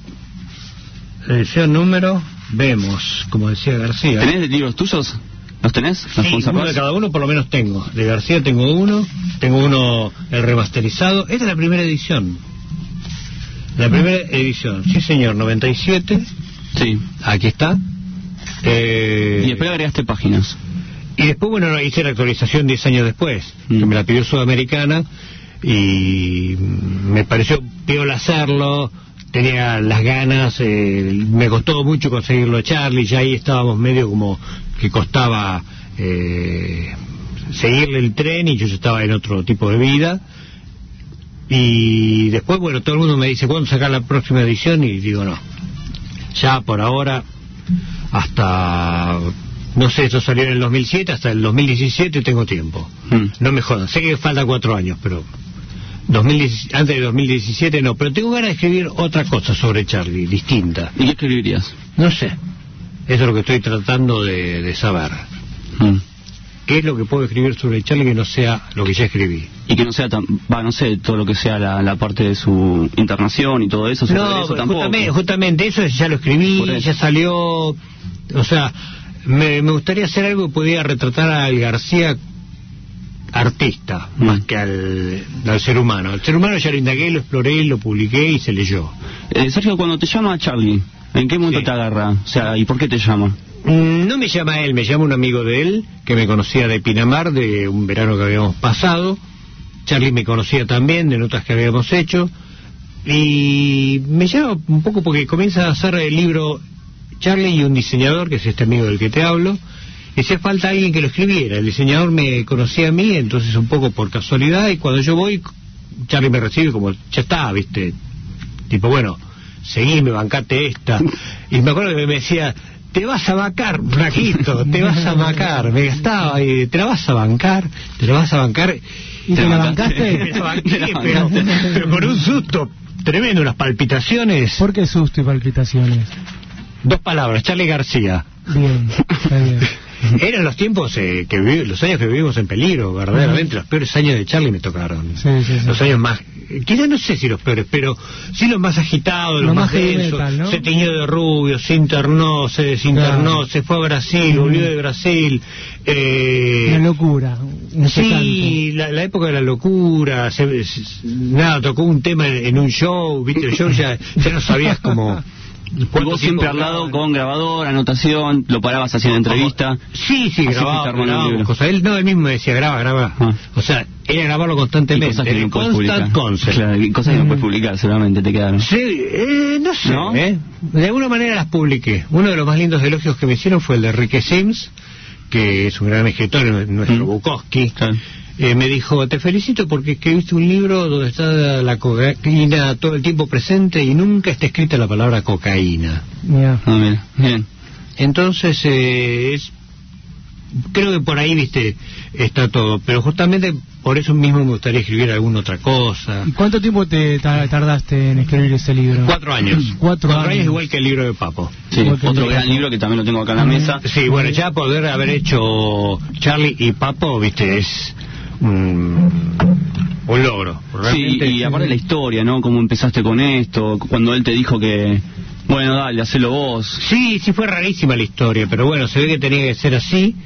Edición número... Vemos, como decía García. ¿Tenés libros tuyos? ¿Los tenés? ¿Los sí, conservás? uno de cada uno por lo menos tengo. De García tengo uno, tengo uno el remasterizado. Esta es la primera edición. La primera edición, sí señor, noventa y siete. Sí. Aquí está. Eh... Y después agregaste páginas. Y después, bueno, hice la actualización diez años después, mm. que me la pidió Sudamericana, y me pareció piola hacerlo, tenía las ganas, eh, me costó mucho conseguirlo a Charly, ya ahí estábamos medio como que costaba eh, seguirle el tren y yo ya estaba en otro tipo de vida. Y después, bueno, todo el mundo me dice, ¿cuándo sacar la próxima edición? Y digo, no, ya por ahora, hasta... No sé, eso salió en el dos mil siete, hasta el dos mil diecisiete tengo tiempo. Mm. No me jodan, sé que faltan cuatro años, pero dos mil diez, antes de dos mil diecisiete no. Pero tengo ganas de escribir otra cosa sobre Charly, distinta. ¿Y qué escribirías? No sé, eso es lo que estoy tratando de, de saber. Mm. qué es lo que puedo escribir sobre Charlie que no sea lo que ya escribí. Y que no sea, tan, va, no sé, todo lo que sea la, la parte de su internación y todo eso. No, eso justamente, justamente eso ya lo escribí, ya salió. O sea, me, me gustaría hacer algo que pudiera retratar al García artista, mm. más que al, al ser humano. Al ser humano ya lo indagué, lo exploré, lo publiqué y se leyó. Eh, Sergio, cuando te llama Charlie, ¿en qué momento sí. te agarra? O sea, ¿y por qué te llama? No me llama él, me llama un amigo de él que me conocía de Pinamar, de un verano que habíamos pasado. Charlie me conocía también de notas que habíamos hecho, y me llama un poco porque comienza a hacer el libro Charlie y un diseñador, que es este amigo del que te hablo, y hacía falta alguien que lo escribiera. El diseñador me conocía a mí, entonces un poco por casualidad, y cuando yo voy, Charlie me recibe como, ya está, viste, tipo, bueno, seguime, bancate esta. Y me acuerdo que me decía, te vas a bancar, flaquito, te vas a bancar. Me gastaba, y te la vas a bancar, te la vas a bancar. ¿Y te, te la bancaste? Me la banqué, pero, pero con un susto tremendo, unas palpitaciones. ¿Por qué susto y palpitaciones? Dos palabras, Charlie García. Bien, está bien. Eran los tiempos eh, que vivi, los años que vivimos en peligro, verdaderamente. Uh-huh. Los peores años de Charlie me tocaron. Sí, sí, sí. Los años más, quizás no sé si los peores, pero sí los más agitados, los, los más, más densos. Metal, ¿no? Se teñió de rubio, se internó, se desinternó, claro. Se fue a Brasil, uh-huh. volvió de Brasil. Eh, la locura. Sí, la, la época de la locura. Se, se, nada, tocó un tema en, en un show, viste, el show ya, ya no sabías cómo. Y vos siempre al lado con grabador, anotación, lo parabas haciendo entrevista. Sí, sí, grababa, grababa cosas. Él, no, él mismo me decía, graba, graba. Ah. O sea, era grabarlo constantemente. Y cosas que no puedes publicar. Claro, y cosas que no puedes publicar, seguramente te quedaron. Sí, eh, no sé, ¿no? ¿eh? De alguna manera las publiqué. Uno de los más lindos elogios que me hicieron fue el de Enrique Sims, que es un gran escritor, nuestro mm. Bukowski. Claro. Eh, me dijo, te felicito porque escribiste un libro donde está la cocaína todo el tiempo presente y nunca está escrita la palabra cocaína. Yeah. Ah, bien, bien. Entonces, eh, es, creo que por ahí, viste, está todo. Pero justamente por eso mismo me gustaría escribir alguna otra cosa. ¿Y cuánto tiempo te tardaste en escribir ese libro? Cuatro años. Cuatro, Cuatro años. años, igual que el libro de Papo. Sí, otro gran libro que también lo tengo acá en la mesa. Sí, bueno, ya poder haber hecho Charlie y Papo, viste, es... Un, un logro. Realmente. Sí, y aparte la historia, ¿no? Cómo empezaste con esto, cuando él te dijo que, bueno, dale, hacelo vos. Sí, sí, fue rarísima la historia, pero bueno, se ve que tenía que ser así,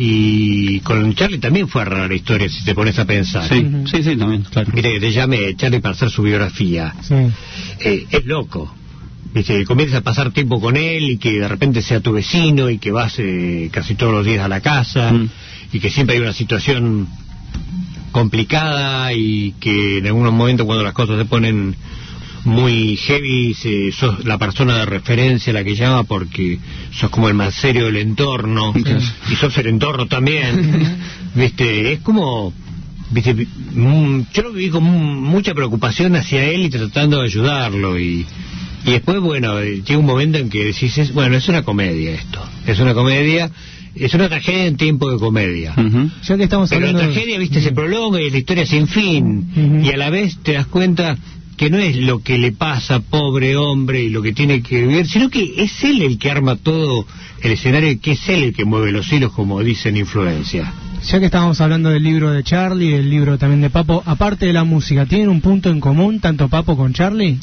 y con Charlie también fue rara la historia, si te pones a pensar. Sí, uh-huh. sí, sí, también, claro. Mire, que te llame Charlie para hacer su biografía. Sí. Eh, es loco. Viste, comienzas a pasar tiempo con él y que de repente sea tu vecino y que vas eh, casi todos los días a la casa mm. y que siempre hay una situación complicada y que en algunos momentos cuando las cosas se ponen muy heavy se, sos la persona de referencia la que llama porque sos como el más serio del entorno sí. y sos el entorno también. Viste, es como... Viste, yo lo viví con mucha preocupación hacia él y tratando de ayudarlo y, y después, bueno, llega un momento en que decís, es, bueno, es una comedia esto, es una comedia, es una tragedia en tiempo de comedia. Uh-huh. Ya que estamos Pero hablando la tragedia, de... viste, se prolonga y es la historia sin fin uh-huh. y a la vez te das cuenta que no es lo que le pasa, pobre hombre, y lo que tiene que vivir, sino que es él el que arma todo el escenario y que es él el que mueve los hilos, como dicen Influencia. Ya que estábamos hablando del libro de Charlie, el libro también de Papo, aparte de la música, ¿tienen un punto en común tanto Papo con Charlie?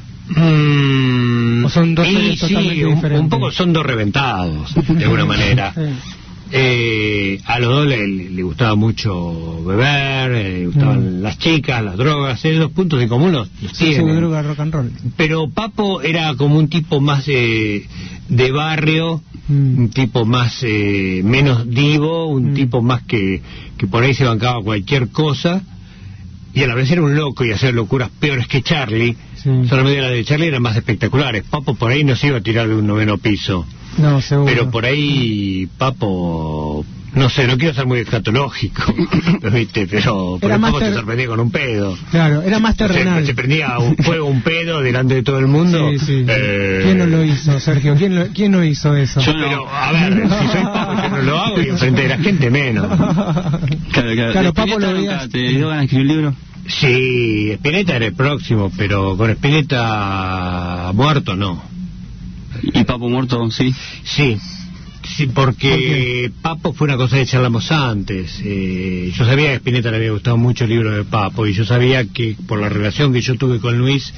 Mm, ¿O son dos series sí, totalmente un, diferentes? Un poco son dos reventados, de alguna manera. Sí. Eh, a los dos le, le gustaba mucho beber, eh, le gustaban mm. las chicas, las drogas, esos dos puntos en común los, los sí, tienen. Sí, droga, rock and roll. Pero Papo era como un tipo más eh, de barrio, mm. un tipo más eh, menos divo, un mm. tipo más que, que por ahí se bancaba cualquier cosa, y a la vez era un loco y hacer locuras peores que Charlie. Sí. Solamente las de Charlie eran más espectaculares. Papo por ahí no se iba a tirar de un noveno piso. No, seguro. Pero por ahí Papo, no sé, no quiero ser muy escatológico, ¿viste? Pero por el Papo ter... se sorprendía con un pedo. Claro, era más terrenal. Se, se prendía un fuego, un pedo delante de todo el mundo. Sí, sí. Eh... ¿Quién no lo hizo, Sergio? ¿Quién, lo, quién no hizo eso? Yo no. Pero, a ver, si soy Papo yo no lo hago y enfrente de la gente menos. Claro, claro. Claro, Papo lo veía. ¿Te dio ganas de escribir un libro? Sí, Spinetta era el próximo, pero con Spinetta muerto no. ¿Y Papo muerto, sí? Sí, Sí, porque Papo fue una cosa que charlamos antes. Eh, yo sabía que a Spinetta le había gustado mucho el libro de Papo, y yo sabía que por la relación que yo tuve con Luis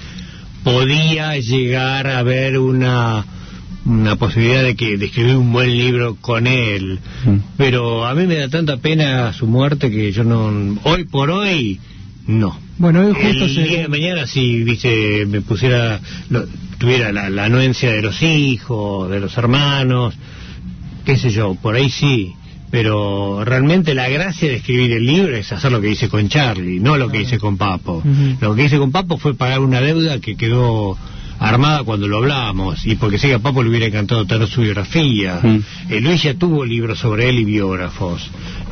podía llegar a haber una una posibilidad de que de escribir un buen libro con él. Mm. Pero a mí me da tanta pena su muerte que yo no, hoy por hoy, no. Bueno, hoy justo el se... día de mañana si viste me pusiera lo, tuviera la, la anuencia de los hijos, de los hermanos, qué sé yo, por ahí sí, pero realmente la gracia de escribir el libro es hacer lo que hice con Charlie, no lo que hice con Papo. Uh-huh. Lo que hice con Papo fue pagar una deuda que quedó armada cuando lo hablábamos, y porque sé que a Papo le hubiera encantado tener su biografía. Mm. eh, Luis ya tuvo libros sobre él y biógrafos.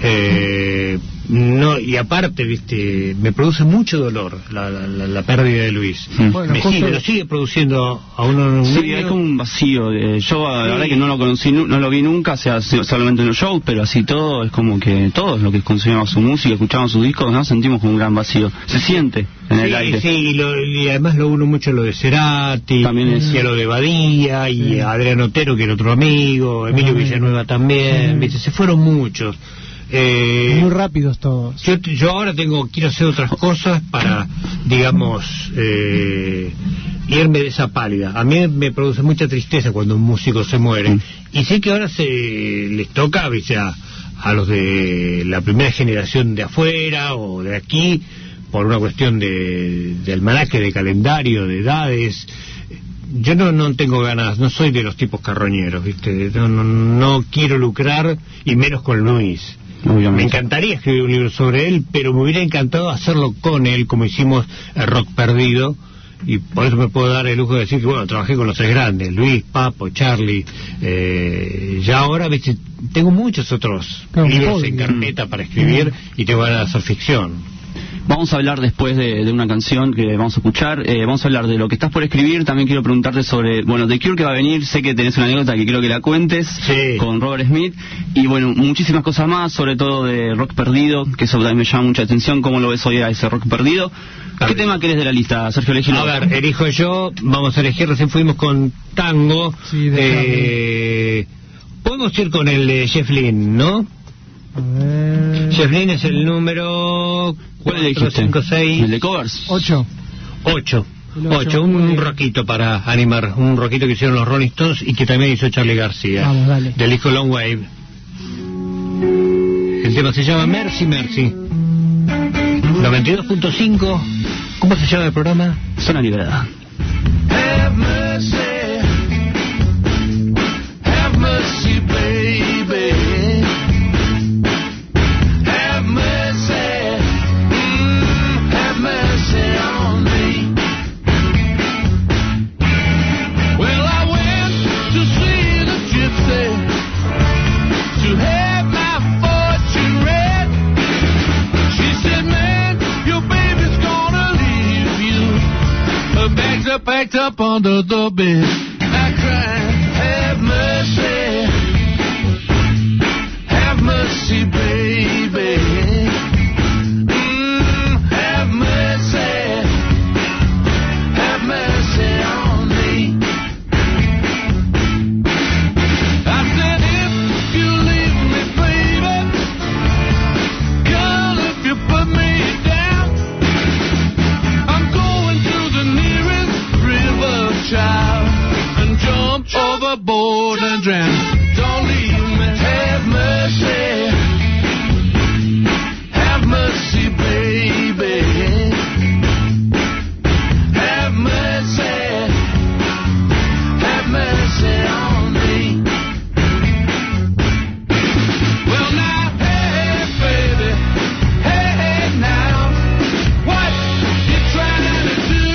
Eh, no, y aparte, viste, me produce mucho dolor la, la, la, la pérdida de Luis. Mm. Bueno, me, sigue, me lo sigue produciendo a uno. Sí, medio... hay como un vacío. Eh, yo, la sí. verdad que no lo conocí, no, no lo vi nunca, o sea, solamente en los shows, pero así todo, es como que todos los que consumíamos su música, escuchamos sus discos, ¿no? Sentimos como un gran vacío. Se siente en sí, el aire. Sí, y, lo, y además lo uno mucho lo de Cerati, también es... y a lo de Badía, y sí. a Adrián Otero, que era otro amigo, Emilio sí. Villanueva también, mm. ¿viste? Se fueron muchos. Eh, muy rápidos todos. Yo, yo ahora tengo quiero hacer otras cosas para, digamos, eh, irme de esa pálida. A mí me produce mucha tristeza cuando un músico se muere. Mm. Y sé que ahora se les toca, ¿viste? A, a los de la primera generación de afuera o de aquí, por una cuestión de, de almanaque, de calendario, de edades. Yo no no tengo ganas, no soy de los tipos carroñeros, ¿viste? No, no, no quiero lucrar, y menos con Luis. Obviamente. Me encantaría escribir un libro sobre él, pero me hubiera encantado hacerlo con él, como hicimos el Rock Perdido, y por eso me puedo dar el lujo de decir que, bueno, trabajé con los tres grandes, Luis, Papo, Charlie, eh, ya ahora, ¿viste? Tengo muchos otros no, libros en carpeta para escribir, y tengo ganas de hacer ficción. Vamos a hablar después de, de una canción que vamos a escuchar, eh, vamos a hablar de lo que estás por escribir. También quiero preguntarte sobre, bueno, The Cure, que va a venir, sé que tenés una anécdota que quiero que la cuentes, sí. con Robert Smith, y bueno, muchísimas cosas más, sobre todo de Rock Perdido, que eso también me llama mucha atención. ¿Cómo lo ves hoy a ese Rock Perdido? ¿Qué tema querés de la lista, Sergio? Elegilo. A ver, elijo yo, vamos a elegir, recién fuimos con Tango, sí, eh, podemos ir con el de Jeff Lynne, ¿no? A ver... Jeff Lynne es el número cuatro, cinco, seis... ¿El de covers? ocho. ocho. ocho, un rockito para animar, un rockito que hicieron los Rolling Stones y que también hizo Charlie García. Vamos, dale. Del disco Long Wave. El tema se llama Mercy Mercy. noventa y dos punto cinco. ¿Cómo se llama el programa? Zona Liberada. Have mercy, have mercy, baby. Packed up under the bed. I cried, have mercy, have mercy, baby. Mm, have mercy, have mercy on me. I said, if you leave me, baby, girl, if you put me down, I'm going to the nearest child and jump overboard and drown. Don't leave me. Have mercy, have mercy, baby. Have mercy, have mercy on me. Well now, hey baby, hey hey now, what you trying to do?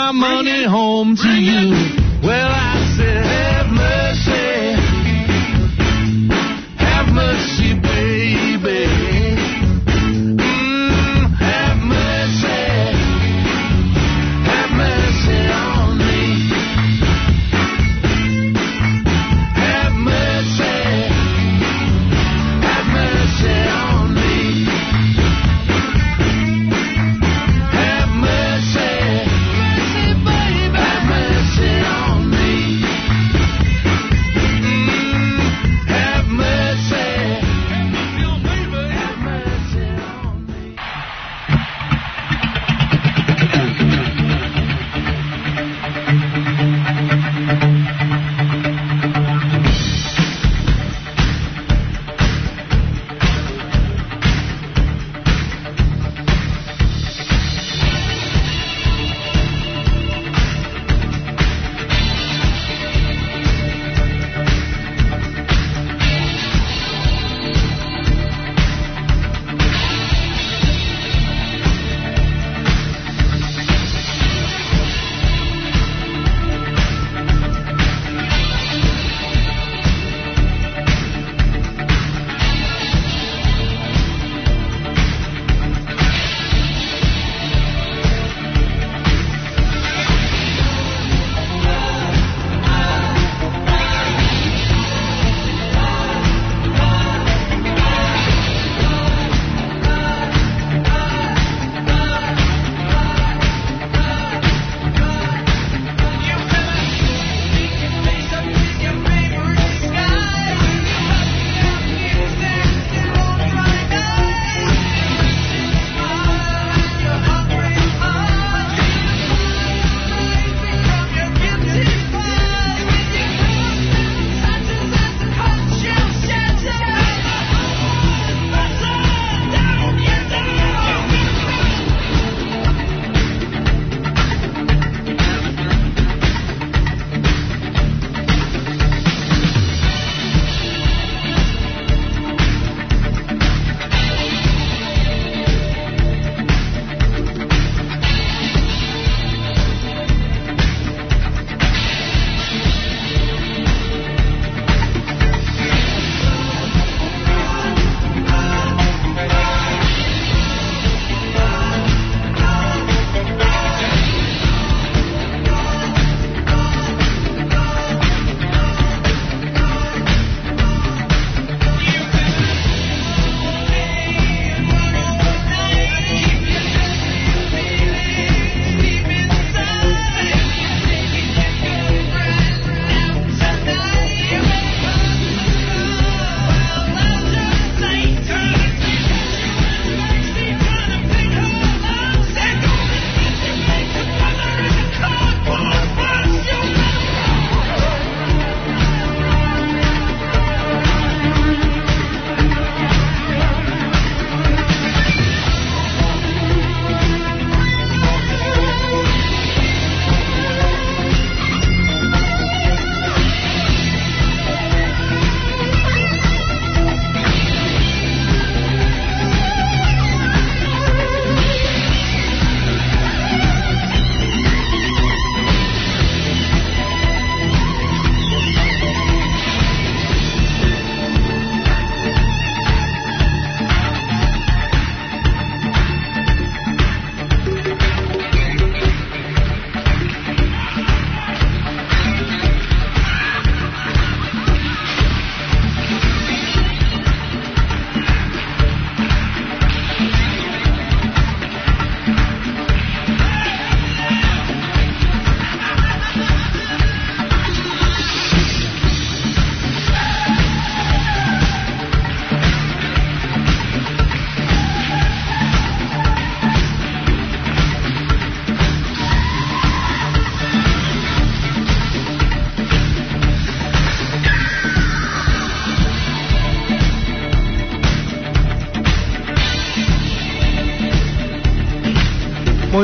Money home to you. Well, I said, have mercy,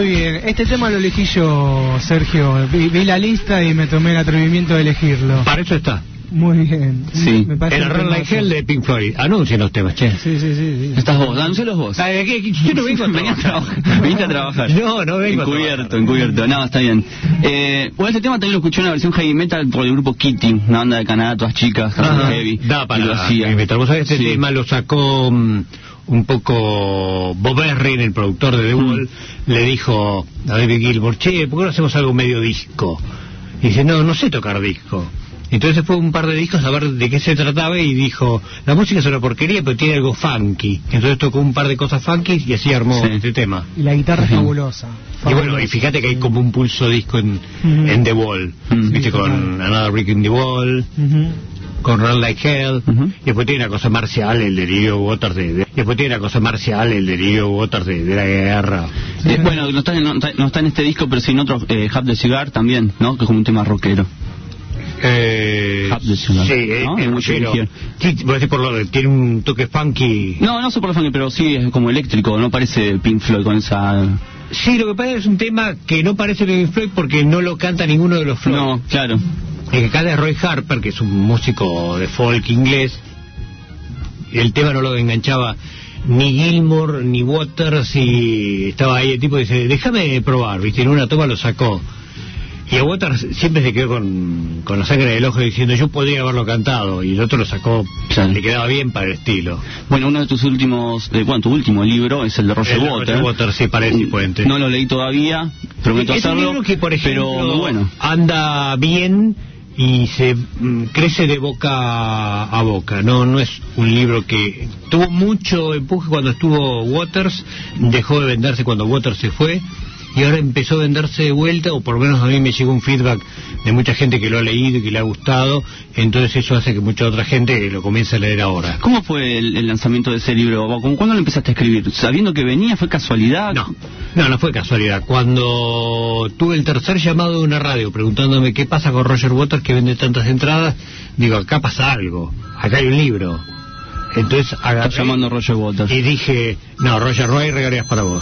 bien. Este tema lo elegí yo, Sergio. Vi, vi la lista y me tomé el atrevimiento de elegirlo. Para eso está. Muy bien. Sí. Me parece El Run Like Hell de Pink Floyd. Anuncien los temas, che. Sí, sí, sí. sí. Estás vos, anuncialos vos. Ay, ¿qué? Yo no vengo a Venís a trabajar. trabajar. Venís a trabajar. No, no vengo a Encubierto, trabajar. encubierto. No, está bien. Eh, bueno, este tema también lo escuché en una versión heavy metal por el grupo Kitty, una banda de Canadá, todas chicas, Ajá. heavy. Da para y lo hacía. heavy metal. Vos sabés, este Sí. tema lo sacó um, un poco Bob Ezrin, el productor de The Mm. Wall, le dijo a David Gilmour, che, ¿por qué no hacemos algo medio disco? Y dice, no, no sé tocar disco. Entonces fue un par de discos a ver de qué se trataba y dijo, la música es una porquería, pero tiene algo funky. Entonces tocó un par de cosas funky y así armó Sí. este tema. Y la guitarra es Ujú. fabulosa. Y fabulosa. bueno, y fíjate que hay como un pulso disco en, Ujú. en The Wall, Ujú. viste, con Another Brick in the Wall, Ujú. con Run Like Hell, Ujú. y después tiene una cosa marcial, el delirio Waters de, de- después tiene una cosa marcial, el delirio Waters de, de la guerra. Eh, bueno, no está, en, no, está, no está en este disco, pero sí en otro, eh, Hub the Cigar también, ¿no? Que es como un tema rockero. Eh, Hub the Cigar, sí, eh, ¿no? eh, Es muy pero- original. sí, vos decís por lo de, tiene un toque funky. No, no sé por la funky, pero sí es como eléctrico, no parece Pink Floyd con esa... Sí, lo que pasa es un tema que no parece Pink Floyd porque no lo canta ninguno de los Floyd. No, claro. El que canta es Roy Harper, que es un músico de folk inglés. El tema no lo enganchaba ni Gilmour ni Waters, y estaba ahí el tipo y dice, déjame probar, viste, en una toma lo sacó. Y a Waters siempre se quedó con, con la sangre del ojo diciendo, yo podría haberlo cantado, y el otro lo sacó, Claro. le quedaba bien para el estilo. Bueno, uno de tus últimos, eh, bueno, tu último libro es el de Roger El de Waters. Roger Waters, sí, parece puente. No lo leí todavía, prometo Es un hacerlo, libro que, por ejemplo, pero muy bueno. anda bien y se mm, crece de boca a boca. No, no es un libro que tuvo mucho empuje cuando estuvo Waters, dejó de venderse cuando Waters se fue, y ahora empezó a venderse de vuelta, o por lo menos a mí me llegó un feedback de mucha gente que lo ha leído y que le ha gustado, entonces eso hace que mucha otra gente lo comience a leer ahora. ¿Cómo fue el, el lanzamiento de ese libro? ¿Cómo- ¿Cuándo lo empezaste a escribir? ¿Sabiendo que venía? ¿Fue casualidad? No, no, no fue casualidad. Cuando tuve el tercer llamado de una radio preguntándome qué pasa con Roger Waters que vende tantas entradas, digo, acá pasa algo, acá hay un libro. Entonces agarré Está llamando Roger Waters. y dije, no, Roger, no hay regalías para vos.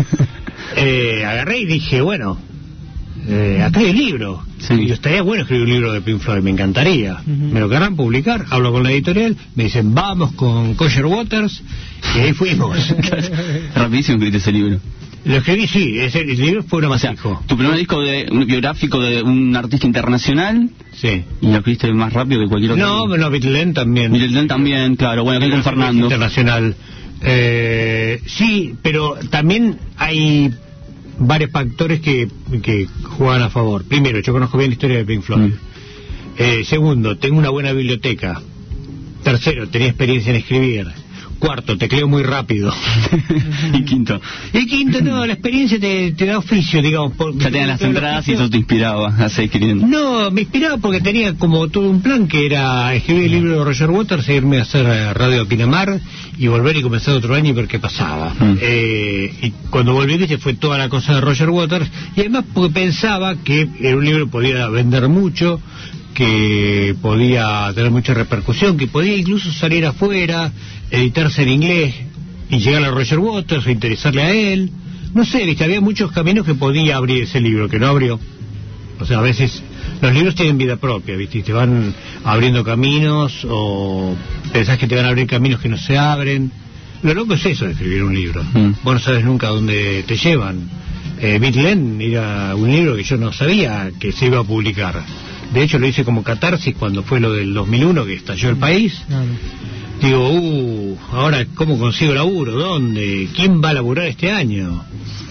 eh, agarré y dije, bueno, eh, acá hay un libro. Sí. Y estaría bueno escribir un libro de Pink Floyd, me encantaría. Ujú. Me lo querrán publicar, hablo con la editorial, me dicen, vamos con Roger Waters, y ahí fuimos. Rapidísimo escribiste ese libro. Lo escribí, sí, ese, el libro fue un O sea, amasijo. tu primer disco de, un biográfico de un artista internacional, Sí. y lo escribiste más rápido que cualquier otro. No, no, Beatles también. Middleton también, claro. Bueno, aquí con Fernando. Internacional. Eh, sí, pero también hay varios factores que, que juegan a favor. Primero, yo conozco bien la historia de Pink Floyd. Mm. Eh, segundo, tengo una buena biblioteca. Tercero, tenía experiencia en escribir. Cuarto, tecleo muy rápido. Y quinto, Y quinto, no, la experiencia te, te da oficio, digamos. por- ya tenían las entradas y eso te inspiraba a seguir escribiendo. No, me inspiraba porque tenía como todo un plan que era escribir el libro de Roger Waters, e irme a hacer eh, radio a Pinamar y volver y comenzar otro año y ver qué pasaba. Mm. Eh, y cuando volví, viste, fue toda la cosa de Roger Waters, y además porque pensaba que era un libro que podía vender mucho, que podía tener mucha repercusión, que podía incluso salir afuera, editarse en inglés y llegar a Roger Waters o interesarle a él. No sé, viste, había muchos caminos que podía abrir ese libro, que no abrió. O sea, a veces los libros tienen vida propia, ¿viste? Y te van abriendo caminos, o pensás que te van a abrir caminos que no se abren. Lo loco es eso de escribir un libro. Mm. Vos no sabes nunca dónde te llevan. Eh, Beatlen era un libro que yo no sabía que se iba a publicar. De hecho, lo hice como catarsis cuando fue lo del dos mil uno, que estalló el país. Claro. Digo, uh, ahora, ¿cómo consigo laburo? ¿Dónde? ¿Quién va a laburar este año?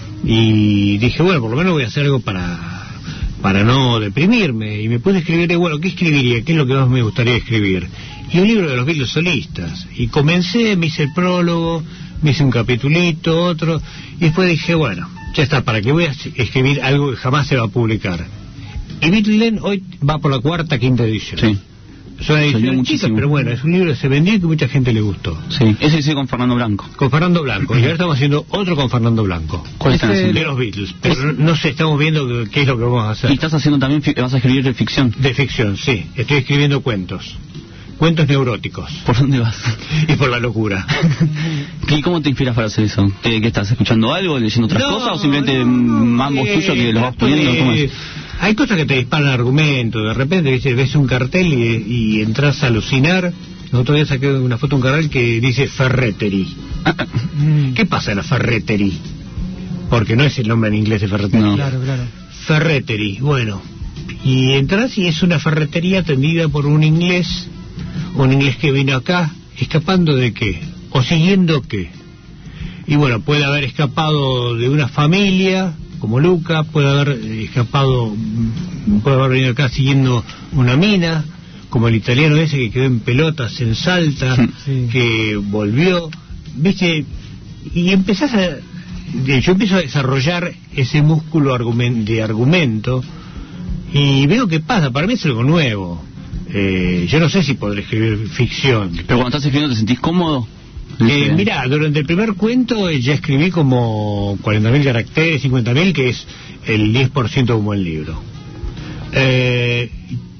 Y dije, bueno, por lo menos voy a hacer algo para para no deprimirme. Y me puse a escribir, bueno, ¿qué escribiría? ¿Qué es lo que más me gustaría escribir? Y un libro de los Beatles solistas. Y comencé, me hice el prólogo, me hice un capitulito, otro, y después dije, bueno, ya está, ¿para qué voy a escribir algo que jamás se va a publicar? Y Beatles hoy va por la cuarta, quinta edición. Sí, Son ediciones chicas, muchísimo. pero bueno, es un libro que se vendió y que mucha gente le gustó. sí. Ese sí con Fernando Blanco. Con Fernando Blanco, y ahora estamos haciendo otro con Fernando Blanco. ¿Cuál están Ese- haciendo? De los Beatles, pero no sé, estamos viendo qué es lo que vamos a hacer. Y estás haciendo también, fi- vas a escribir de ficción. De ficción, sí, estoy escribiendo cuentos. cuentos neuróticos. ¿Por dónde vas? Y por la locura. ¿Y cómo te inspiras para hacer eso? ¿Qué, qué estás escuchando algo, leyendo otras no, cosas o simplemente no, mambos eh, tuyos que los vas poniendo? ¿Cómo es? Hay cosas que te disparan argumentos, de repente ¿viste? Ves un cartel y, y entras a alucinar. El otro día saqué una foto de un cartel que dice Ferretery. ¿Qué pasa en la Ferretery? Porque no es el nombre en inglés de Ferretery. No. Claro, claro. Ferretery, bueno. Y entras y es una ferretería atendida por un inglés, un inglés que vino acá, escapando de qué, o siguiendo qué. Y bueno, puede haber escapado de una familia, como Luca, puede haber escapado, puede haber venido acá siguiendo una mina, como el italiano ese que quedó en pelotas en Salta, sí. que volvió, viste, y empezás a, yo empiezo a desarrollar ese músculo argumen, de argumento, y veo qué pasa. Para mí es algo nuevo. Eh, yo no sé si podré escribir ficción. Pero cuando estás escribiendo, ¿te sentís cómodo? Eh, mirá, durante el primer cuento ya escribí como cuarenta mil caracteres, cincuenta mil, que es el diez por ciento de un buen libro. Eh,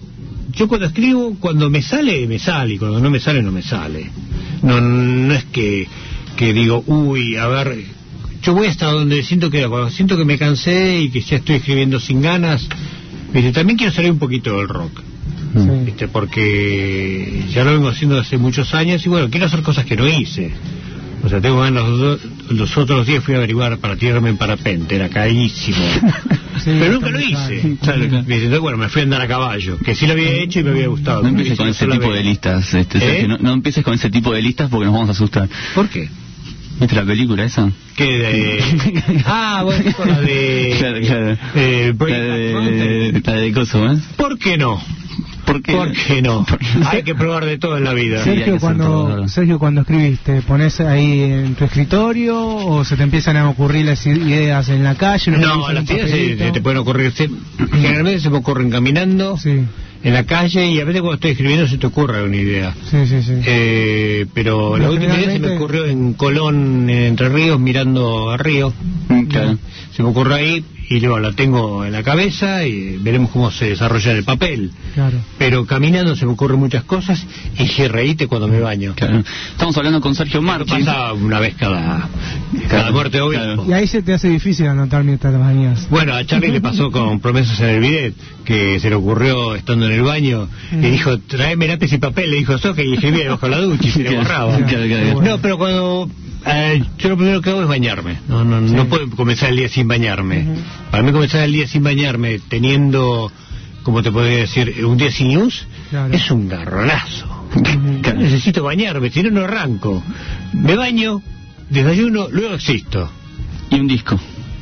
yo cuando escribo, cuando me sale, me sale, y cuando no me sale, no me sale. No, no es que, que digo, uy, a ver, yo voy hasta donde siento que, cuando siento que me cansé y que ya estoy escribiendo sin ganas. ¿Viste? También quiero salir un poquito del rock, Sí. ¿viste? Porque ya lo vengo haciendo hace muchos años y bueno, quiero hacer cosas que no hice. O sea, tengo ganas, los, los otros días fui a averiguar para tirarme en parapente, era carísimo. Sí, Pero nunca lo está hice. muy caro. ¿Viste? Entonces, bueno, me fui a andar a caballo, que sí lo había hecho y me había gustado. No empieces Hice con una ese sola tipo vez. de listas, este, ¿Eh? Sergio, no, no empieces con ese tipo de listas porque nos vamos a asustar. ¿Por qué? ¿Viste la película esa? ¿Qué de...? Ah, bueno, con la de... Claro, claro. Eh, La de, la de Coso, ¿eh? ¿Por qué no? ¿Por qué? ¿Por qué no? Hay que probar de todo en la vida. Sí, hay que Sergio, hacer todo, cuando, ¿verdad? Sergio, cuando escribiste, ¿pones ahí en tu escritorio o se te empiezan a ocurrir las ideas en la calle? ¿Lo No, escribís en las un ideas se, papelito? se te pueden ocurrir. Se, generalmente se me ocurren caminando Sí, en la calle y a veces cuando estoy escribiendo se te ocurre una idea. sí, sí. sí. Eh, pero Pero la última idea se me generalmente- ocurrió en Colón, en Entre Ríos, mirando a Río. Claro. Se me ocurrió ahí y luego la tengo en la cabeza y veremos cómo se desarrolla en el papel. Claro. Pero caminando se me ocurren muchas cosas y que reíte cuando me baño. Claro. Estamos hablando con Sergio Marchi. Pasa una vez cada, cada Claro, muerte de obispo. claro. Y ahí se te hace difícil anotar mientras te bañas. Bueno, a Charlie le pasó con Promesas en el bidet, que se le ocurrió estando en el baño, Mm. y dijo, tráeme lápiz y papel, le dijo Soca, y escribía debajo de la ducha y se le Claro, borraba. claro, claro, claro. No, pero cuando... eh, yo lo primero que hago es bañarme, no no no puedo comenzar el día sin bañarme. Ujú. Para mí comenzar el día sin bañarme, teniendo, como te podría decir, un día sin news, Claro. es un garronazo. Ujú. Yo necesito bañarme, si no, no arranco. Me baño, desayuno, luego existo. Y un disco.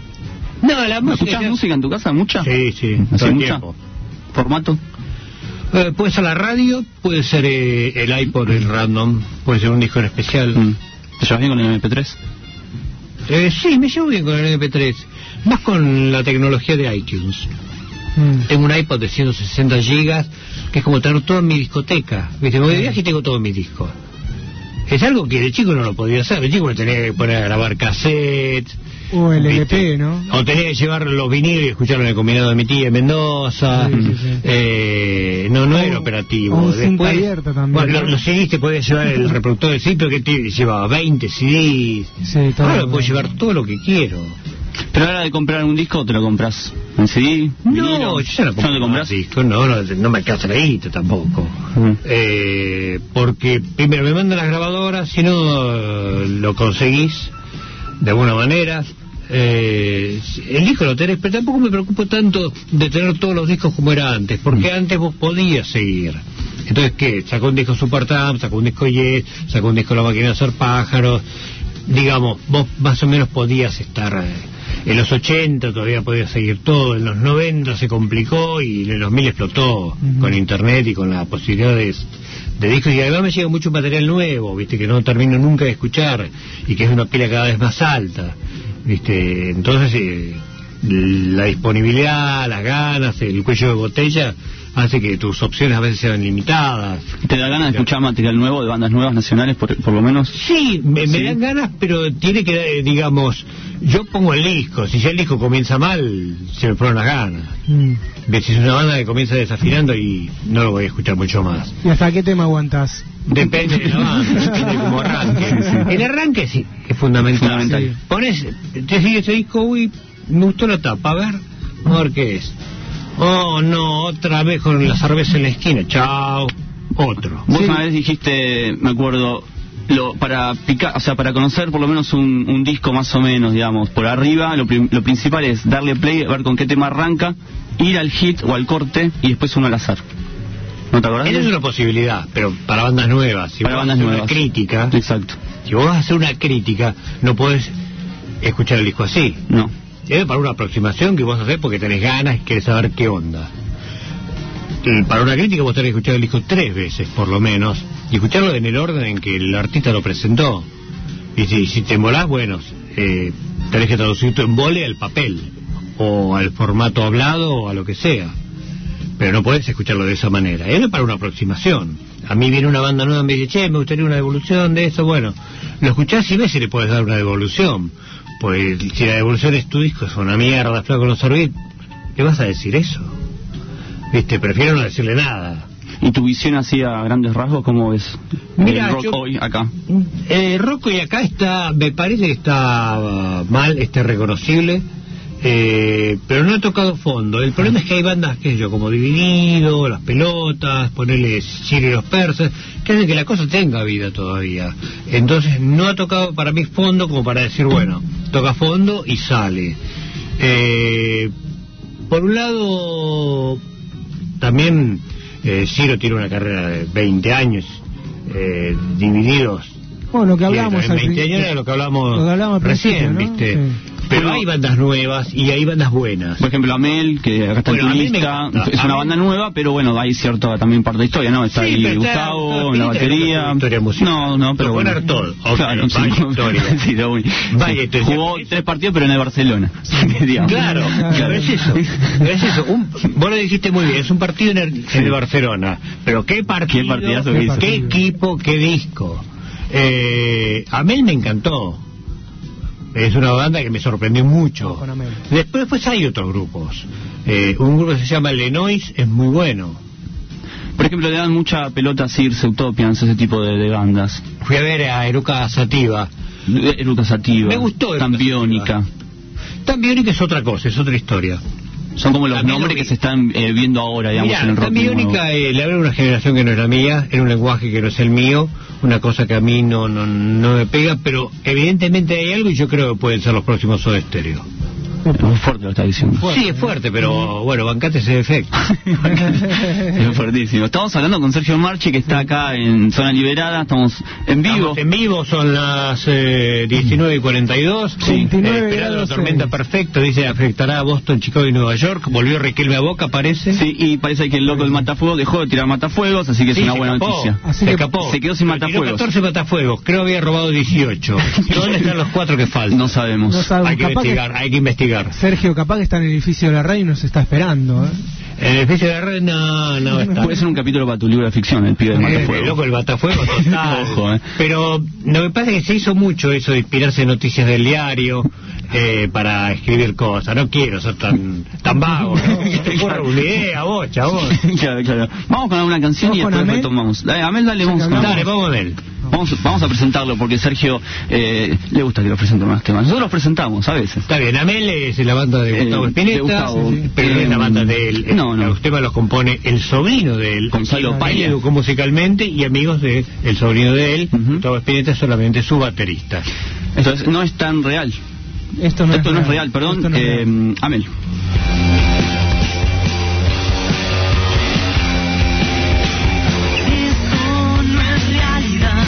No, la música... ¿Escuchás música en tu casa? ¿Mucha? Sí, sí, ¿Así todo el mucha? tiempo. ¿Formato? Eh, puede ser la radio, puede ser eh, el iPod, el random, puede ser un disco en especial. Mm. ¿Te llevas bien con el eme pe tres? Eh, sí, me llevo bien con el eme pe tres, más con la tecnología de iTunes. Mm. Tengo un iPod de ciento sesenta gigas, que es como tener todo en mi discoteca. ¿Viste? Me voy de viaje y tengo todo en mi disco. Es algo que de chico no lo podía hacer. De chico me tenía que poner a grabar cassettes. O el ¿viste? ele pe, ¿no? O tenía que llevar los vinilos y escucharlo en el combinado de mi tía en Mendoza. Sí, sí, sí. Eh, no, no O- era operativo. o un cinta Después, abierta también, bueno, ¿no? los C Ds te podías llevar el reproductor de C D, pero que te llevaba veinte C Ds. Sí, todo. Ahora puedo llevar todo lo que quiero. Pero a la hora de comprar un disco, ¿te lo compras en C D? No, vinilo? yo ya no ¿Ya compro no te compras? disco, no, no, no me alcanza la guita tampoco. Mm. Eh, porque primero me mandan las grabadoras, si no eh, lo conseguís de alguna manera. Eh, el disco lo tenés, pero tampoco me preocupo tanto de tener todos los discos como era antes, porque antes vos podías seguir. Entonces, ¿qué? Sacó un disco Supertramp, sacó un disco Yes, sacó un disco La Máquina de Hacer Pájaros. Digamos, vos más o menos podías estar... Eh, en los ochenta todavía podías seguir todo, en los noventa se complicó y en los mil explotó. Ujú. Con internet y con las posibilidades de discos, y además me llega mucho material nuevo, viste, que no termino nunca de escuchar y que es una pila cada vez más alta, viste. Entonces eh, la disponibilidad, las ganas, el cuello de botella hace que tus opciones a veces sean limitadas. ¿Te da ganas de escuchar material nuevo de bandas nuevas nacionales, por, por lo menos? Sí, me, me ¿Sí? dan ganas, pero tiene que, digamos, yo pongo el disco, si ya el disco comienza mal, se me fueron las ganas. Mm. Ves, si es una banda que comienza desafinando y no lo voy a escuchar mucho más. ¿Y hasta qué tema aguantas? Depende de la banda, depende de cómo arranque. Sí, sí. El arranque sí, es fundamental. Fundamental. Sí. Pones, te sigue ese disco, uy, me gustó la tapa, a ver, a ver qué es. Oh, no, otra vez con la cerveza en la esquina, chao, otro. Vos Sí. una vez dijiste, me acuerdo, lo, para picar, o sea, para conocer por lo menos un, un disco más o menos, digamos, por arriba, lo, prim- lo principal es darle play, ver con qué tema arranca, ir al hit o al corte y después uno al azar. ¿No te acordás? Esa es una posibilidad, pero para bandas nuevas. Si Para vos bandas haces nuevas. una crítica, Exacto. si vos vas a hacer una crítica, no podés escuchar el disco así. No. Es para una aproximación que vos hacés porque tenés ganas y querés saber qué onda. Y para una crítica vos tenés que escuchar el disco tres veces, por lo menos, y escucharlo en el orden en que el artista lo presentó. Y si, si te molás, bueno, eh, tenés que traducir tu embole al papel, o al formato hablado, o a lo que sea. Pero no podés escucharlo de esa manera. Es para una aproximación. A mí viene una banda nueva y me dice, che, me gustaría una devolución de eso. Bueno, lo escuchás y ves si le podés dar una devolución. Pues si la devolución es tu disco, es una mierda, flaco, no servís, ¿le vas a decir eso? Viste, prefiero no decirle nada. ¿Y tu visión así a grandes rasgos, cómo ves Mira, el rock yo- hoy acá? Eh, Rocco y acá está, me parece que está uh, mal, este reconocible, eh, pero no ha tocado fondo. El problema es que hay bandas, qué sé yo, como Dividido, Las Pelotas, ponerle Sirio y los Persas, que hacen que la cosa tenga vida todavía. Entonces no ha tocado para mí fondo como para decir, bueno, toca fondo y sale. Eh, por un lado, también eh, Ciro tiene una carrera de veinte años, eh, Divididos. Bueno, lo que hablamos Sí, al veinte años principio. era lo que hablamos, Lo que hablamos al recién, principio, ¿no? ¿viste? Sí. Pero Bueno, hay bandas nuevas y hay bandas buenas. Por ejemplo, Amel, que acá está Bueno, en tu Amel me lista, encanta. es una Amel- banda nueva, pero bueno, hay cierta también parte de historia, ¿no? Está Sí, ahí pero está- Gustavo, está en la Pinita, batería. no es historia musical. No, no, pero Tocó en bueno. Artol. Ok, Claro, sí, vaya historia. sí, está muy- Vaya sí. historia. Jugó tres partidos, pero en el Barcelona. digamos. Claro, claro, es eso. Es eso. Un, vos lo dijiste muy bien, es un partido en el, en el Barcelona. Pero qué partido, Qué partidazo que hizo. qué equipo, qué disco. Eh, Amel me encantó. Es una banda que me sorprendió mucho. Con Amel. Después pues hay otros grupos. Eh, un grupo que se llama Lenois es muy bueno. Por ejemplo, le dan mucha pelota a Circe, Utopians, ese tipo de, de bandas. Fui a ver a Eruca Sativa. Eruca Sativa. Me gustó Eruca Tambiónica. Tambiónica es otra cosa, es otra historia. Son como los También lo nombres vi. que se están eh, viendo ahora, digamos, Mirá, en el rock. Tambiónica nuevo. eh, le habla a una generación que no es la mía, en un lenguaje que no es el mío, una cosa que a mí no, no, no me pega, pero evidentemente hay algo y yo creo que pueden ser los próximos Soda Stereo. Es muy fuerte lo que está diciendo. Sí, es fuerte, pero bueno, bancate ese efecto. Es fuertísimo. Estamos hablando con Sergio Marchi, que está acá en Zona Liberada. Estamos en vivo. Estamos en vivo, son las eh, diecinueve y cuarenta y dos. Sí. veintinueve Eh, esperando la grados tormenta seis. perfecta, dice afectará a Boston, Chicago y Nueva York. Volvió Riquelme a Boca, parece. Sí, y parece que el loco del matafuegos dejó de tirar matafuegos, así que es Sí, una se buena escapó. noticia. Así se que escapó. se quedó sin Pero tiró matafuegos. catorce matafuegos, creo que había robado dieciocho. ¿Dónde están los cuatro que faltan? No sabemos. No sabemos. Hay que Capaz que- investigar, hay que investigar. Sergio, capaz que está en el edificio de la radio y nos está esperando. ¿eh? En el edificio de la red no, no está. Puede ser un capítulo para tu libro de ficción, el pibe del Eh, matafuegos. loco, el matafuego total. Ojo, eh. Pero lo que pasa es que se hizo mucho eso de inspirarse en noticias del diario eh, para escribir cosas. No quiero ser tan tan vago. ¿No? Te ocurre una idea, vos, chabón. Claro, claro. Vamos con alguna canción y ¿Vamos con después Amel? retomamos. Dale, Amel, dale, vamos con hablamos. Dale, vamos a ver. Vamos, vamos a presentarlo porque Sergio eh, le gusta que lo presenten más temas. Nosotros los presentamos a veces. Está bien, Amel es la banda de Eh, Gustavo de Espineta, Gustavo. sí, sí. pero no es la Eh, banda de él. no, no. Los temas los compone el sobrino de él, Gonzalo quien Paya. le educó musicalmente, y amigos de el sobrino de él. Ujú. Gustavo Espineta es solamente su baterista. Entonces, no es tan real. Esto no, Esto es, no es real. real, perdón. Esto no es Eh, real. Amel. Esto no es realidad,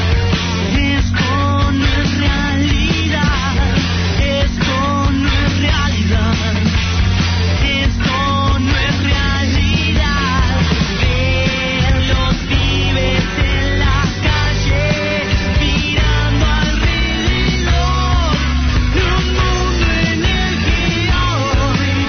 esto no es realidad, esto no es realidad, esto no es realidad. Verlos pibes en la calle, mirando alrededor de un mundo en el que hoy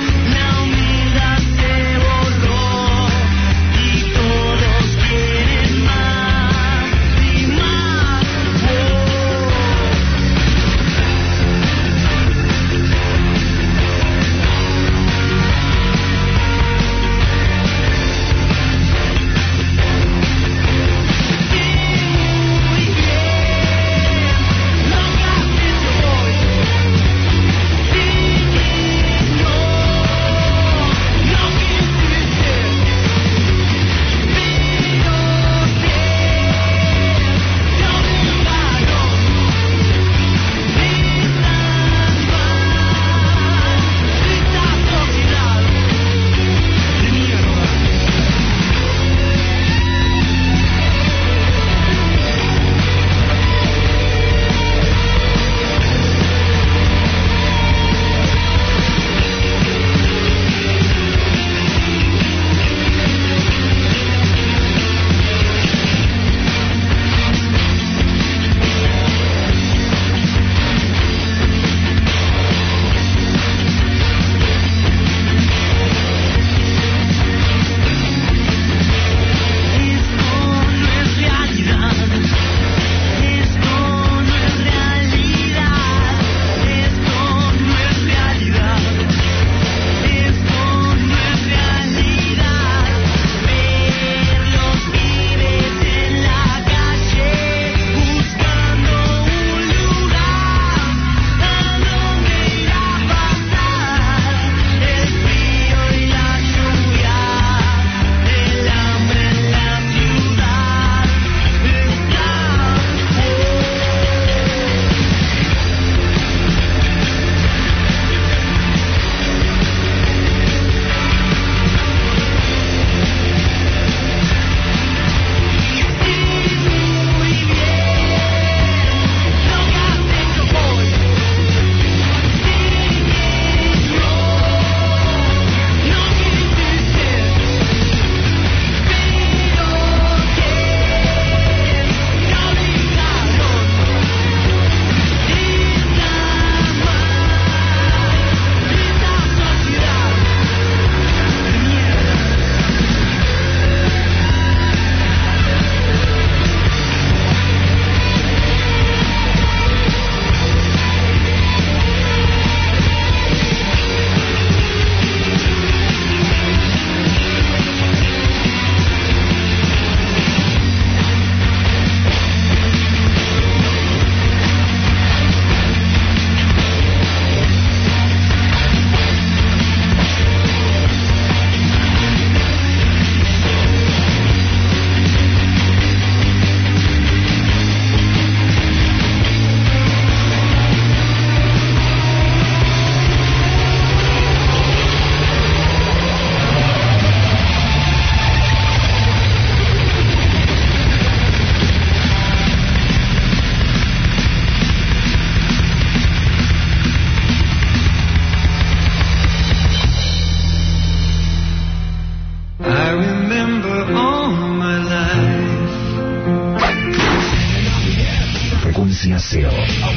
Frecuencia Cero.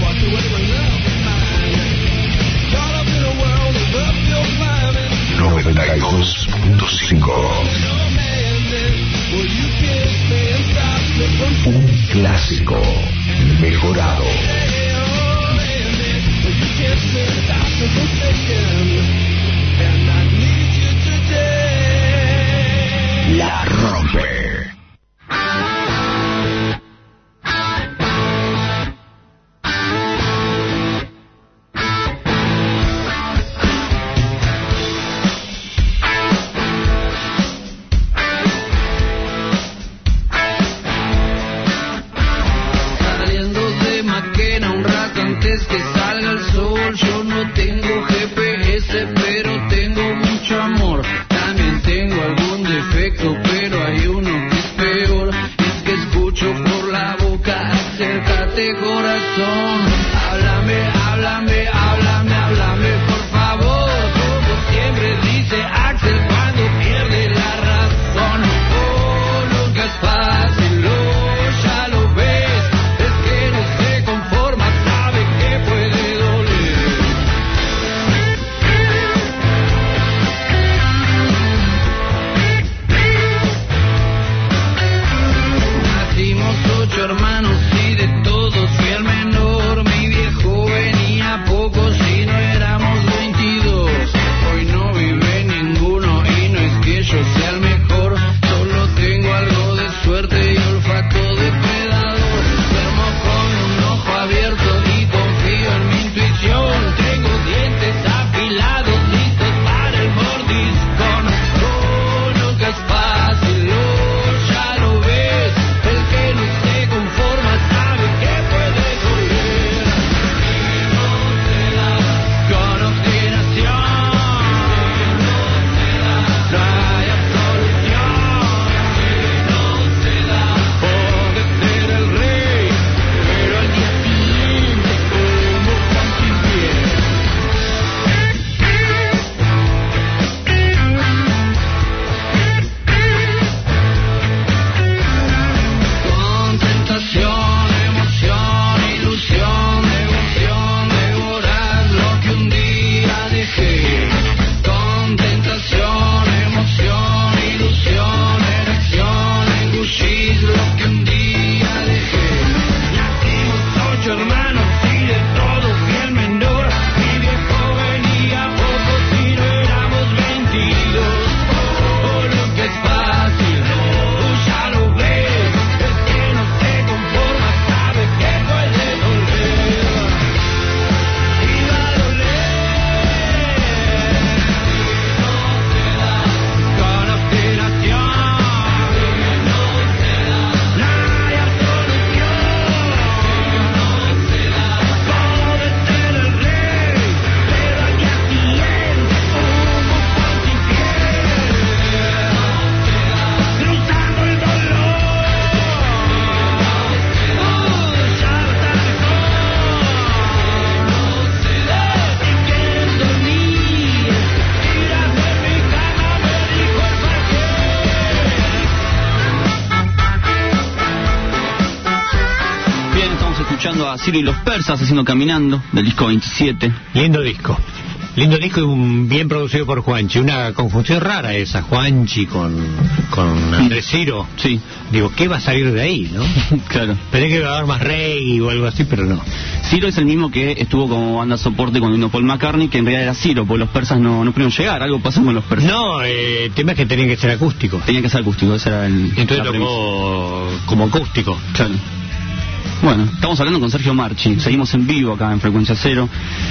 noventa y dos punto cinco. Un clásico mejorado. La rompe. Ciro y los Persas haciendo Caminando, del disco veintisiete. Lindo disco. Lindo disco y un, bien producido por Juanchi. Una conjunción rara esa, Juanchi con, con Andrés Ciro. Sí. Digo, ¿qué va a salir de ahí, no? Claro. Pensé que iba a haber más reggae o algo así, pero no. Ciro es el mismo que estuvo como banda soporte cuando vino Paul McCartney, que en realidad era Ciro, porque los persas no, no pudieron llegar. Algo pasó con los persas. No, eh, el tema es que tenían que ser acústico. Tenían que ser acústico, ese era el... Entonces tocó como acústico. Claro. Bueno, estamos hablando con Sergio Marchi, seguimos en vivo acá en Frecuencia Cero.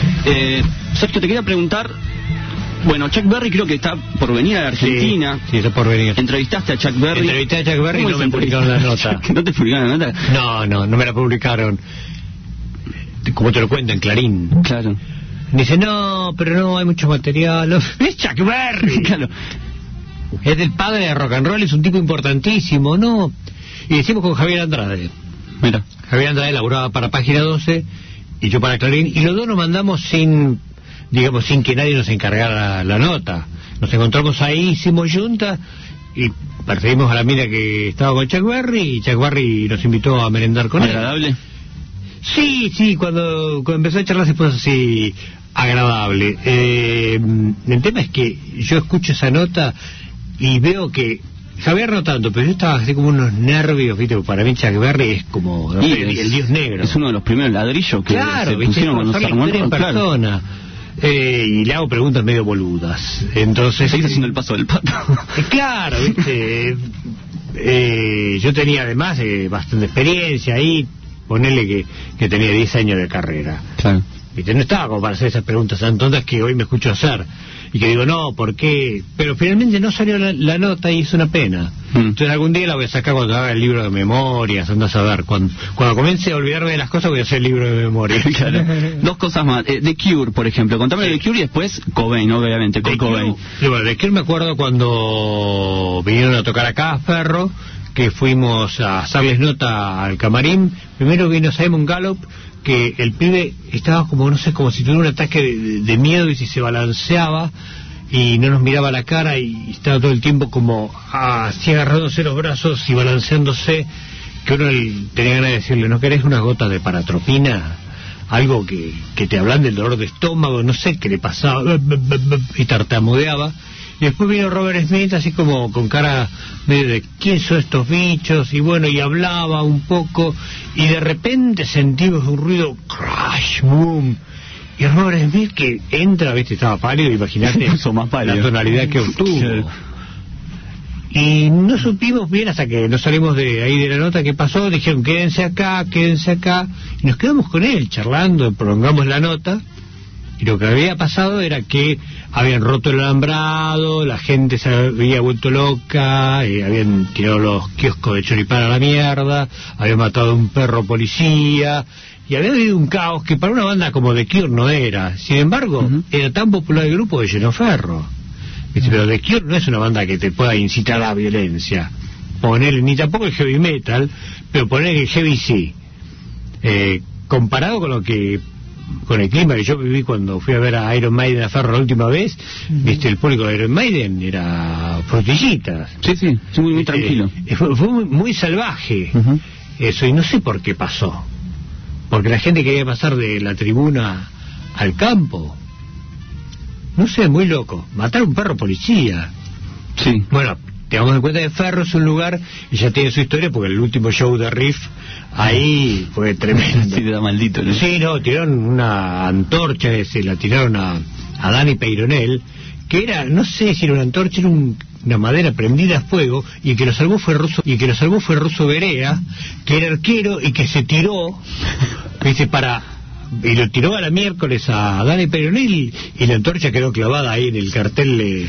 Eh, Sergio, te quería preguntar, bueno, Chuck Berry creo que está por venir a la Argentina. Sí, sí, está por venir. ¿Entrevistaste a Chuck Berry? Entrevisté a Chuck Berry y no me publicaron la nota. ¿No te publicaron la nota? No, no, no me la publicaron. Como te lo cuento en Clarín. Claro. Dice, no, pero no, hay mucho material. Es Chuck Berry. Claro. Es del padre de rock and roll, es un tipo importantísimo, ¿no? Y decimos con Javier Andrade. Mira. Javier Andrade laburaba para Página doce y yo para Clarín, y los dos nos mandamos sin, digamos, sin que nadie nos encargara la nota. Nos encontramos ahí, hicimos junta y perseguimos a la mina que estaba con Chuck Berry, y Chuck Berry nos invitó a merendar con él. ¿Agradable? Sí, sí, cuando, cuando empezó a charlar se puso así agradable. Eh, el tema es que yo escucho esa nota y veo que Javier no tanto, pero yo estaba así como unos nervios, viste, para mí Chuck Berry es como no sé, el, el dios negro. Es uno de los primeros ladrillos que claro, se viste, pusieron cuando se armó el en rock, claro. persona. Eh, y le hago preguntas medio boludas. Entonces seguís haciendo el paso del pato. Eh, claro, viste. Eh, yo tenía además eh, bastante experiencia ahí. Ponerle que, que tenía diez años de carrera. Claro. Viste, no estaba como para hacer esas preguntas tan tontas que hoy me escucho hacer. Y que digo, no, ¿por qué? Pero finalmente no salió la, la nota y es una pena. Mm. Entonces algún día la voy a sacar cuando haga el libro de memorias, andás a ver. Cuando, cuando comience a olvidarme de las cosas voy a hacer el libro de memorias. Claro. Dos cosas más. Eh, The Cure, por ejemplo. Contame de The Cure y después Cobain, obviamente, con Cobain. Sí, bueno, The Cure me acuerdo cuando vinieron a tocar acá a Ferro, que fuimos a hacerles nota al camarín. Primero vino Simon Gallup, que el pibe estaba como, no sé, como si tuviera un ataque de, de, de miedo y si se balanceaba y no nos miraba la cara y estaba todo el tiempo como así agarrándose los brazos y balanceándose, que uno tenía ganas de decirle, ¿no querés unas gotas de paratropina? Algo que, que te hablan del dolor de estómago, no sé qué le pasaba, y tartamudeaba. Y después vino Robert Smith así como con cara medio de ¿quién son estos bichos? Y bueno, y hablaba un poco y de repente sentimos un ruido crash, boom. Y Robert Smith que entra, viste, estaba pálido, imagínate más pálido. La tonalidad que obtuvo. Y no supimos bien hasta que nos salimos de ahí de la nota qué pasó. Dijeron quédense acá, quédense acá. Y nos quedamos con él charlando, prolongamos la nota. Y lo que había pasado era que habían roto el alambrado, la gente se había vuelto loca, eh, habían tirado los kioscos de choripán a la mierda, habían matado a un perro policía, y había habido un caos que para una banda como The Cure no era. Sin embargo, uh-huh. era tan popular el grupo que llenó Ferro. ¿Viste? Pero The Cure no es una banda que te pueda incitar a la violencia. Poner, ni tampoco el heavy metal, pero poner el heavy sí. Eh, comparado con lo que... con el clima que yo viví cuando fui a ver a Iron Maiden a Ferro la última vez, uh-huh. viste, el público de Iron Maiden era frutillitas. Sí, sí, muy, muy tranquilo. Eh, fue, fue muy, muy salvaje uh-huh. eso, y no sé por qué pasó. Porque la gente quería pasar de la tribuna al campo. No sé, muy loco. Matar a un perro policía. Sí. Bueno, tengamos en cuenta que Ferro es un lugar y ya tiene su historia porque el último show de Riff ahí fue tremendo. Sí, era maldito, ¿no? Sí, no, tiraron una antorcha, se la tiraron a, a Dani Peyronel, que era, no sé si era una antorcha, era un, una madera prendida a fuego, y el que lo salvó fue Russo, y el que lo salvó fue Russo Berea, que era arquero y que se tiró, dice, para... y lo tiró a la miércoles a Dani Peyronel y la antorcha quedó clavada ahí en el cartel de,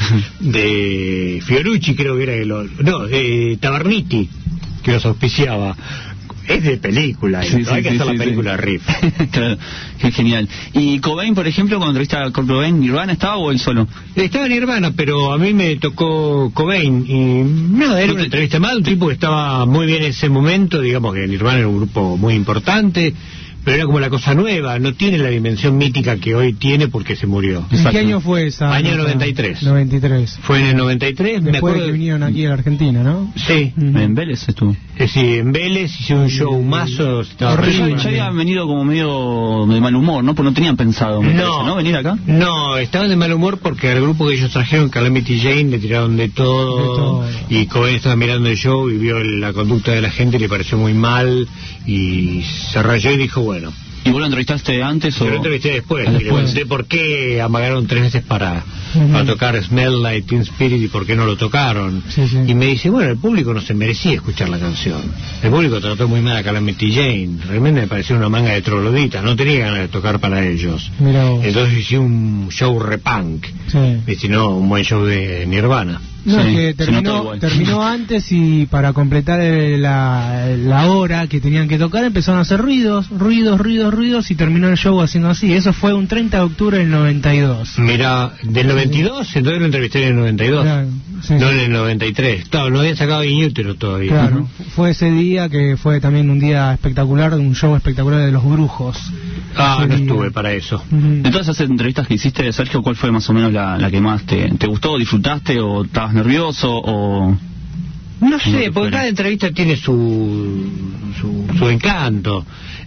de Fiorucci, creo que era el, no, de Taberniti, que los auspiciaba. Es de película, sí, ¿no? sí, Hay que sí, hacer sí, la película sí. Riff. Claro, qué genial. ¿Y Cobain, por ejemplo, cuando entrevista a Kurt Cobain, Nirvana estaba o él solo? Estaba Nirvana, pero a mí me tocó Cobain y nada, era una entrevista más, un tipo que estaba muy bien en ese momento, digamos que Nirvana era un grupo muy importante, pero era como la cosa nueva, no tiene la dimensión mítica que hoy tiene porque se murió. ¿En qué año fue esa? Año noventa y tres. noventa y tres. Fue en el noventa y tres. Después me acuerdo de que vinieron aquí a la Argentina, ¿no? Sí. Uh-huh. En Vélez estuvo. Eh, sí, en Vélez hizo un show mazo. Estaba Pero ya, horrible. ya habían venido como medio de mal humor, ¿no? Porque no tenían pensado, me No. parece, ¿no? Venir acá. No, estaban de mal humor porque al grupo que ellos trajeron, Calamity Jane, le tiraron de todo, De todo. y Cobain estaba mirando el show y vio la conducta de la gente, le pareció muy mal y se rayó y dijo, bueno. ¿Y vos lo entrevistaste antes o...? Yo lo entrevisté después, Ah, y le después. pregunté por qué amagaron tres veces para, Uh-huh. para tocar Smell Like Teen Spirit y por qué no lo tocaron. Sí, sí. Y me dice, bueno, el público no se merecía escuchar la canción. El público trató muy mal a Calamity Jane. Realmente me pareció una manga de trogloditas. No tenía ganas de tocar para ellos. Mirá vos. Entonces hice un show repunk. Sí. Viste, no, un buen show de Nirvana. No, Sí, es que se notó terminó, igual. terminó antes y para completar eh, la, la hora que tenían que tocar empezaron a hacer ruidos, ruidos, ruidos, ruidos y terminó el show haciendo así. Eso fue un treinta de octubre del noventa y dos. Mira, del noventa y dos, entonces lo entrevisté en el noventa y dos. Claro, sí, no sí. en el noventa y tres. Claro, no habían sacado Inútero todavía. Claro, fue ese día que fue también un día espectacular, un show espectacular de los Brujos. Ah, Ese no día. estuve para eso. Ujú. De todas esas entrevistas que hiciste, Sergio, ¿cuál fue más o menos la, la que más te, te gustó, disfrutaste o estabas nervioso o...? No sé, porque cada entrevista tiene su su, su encanto.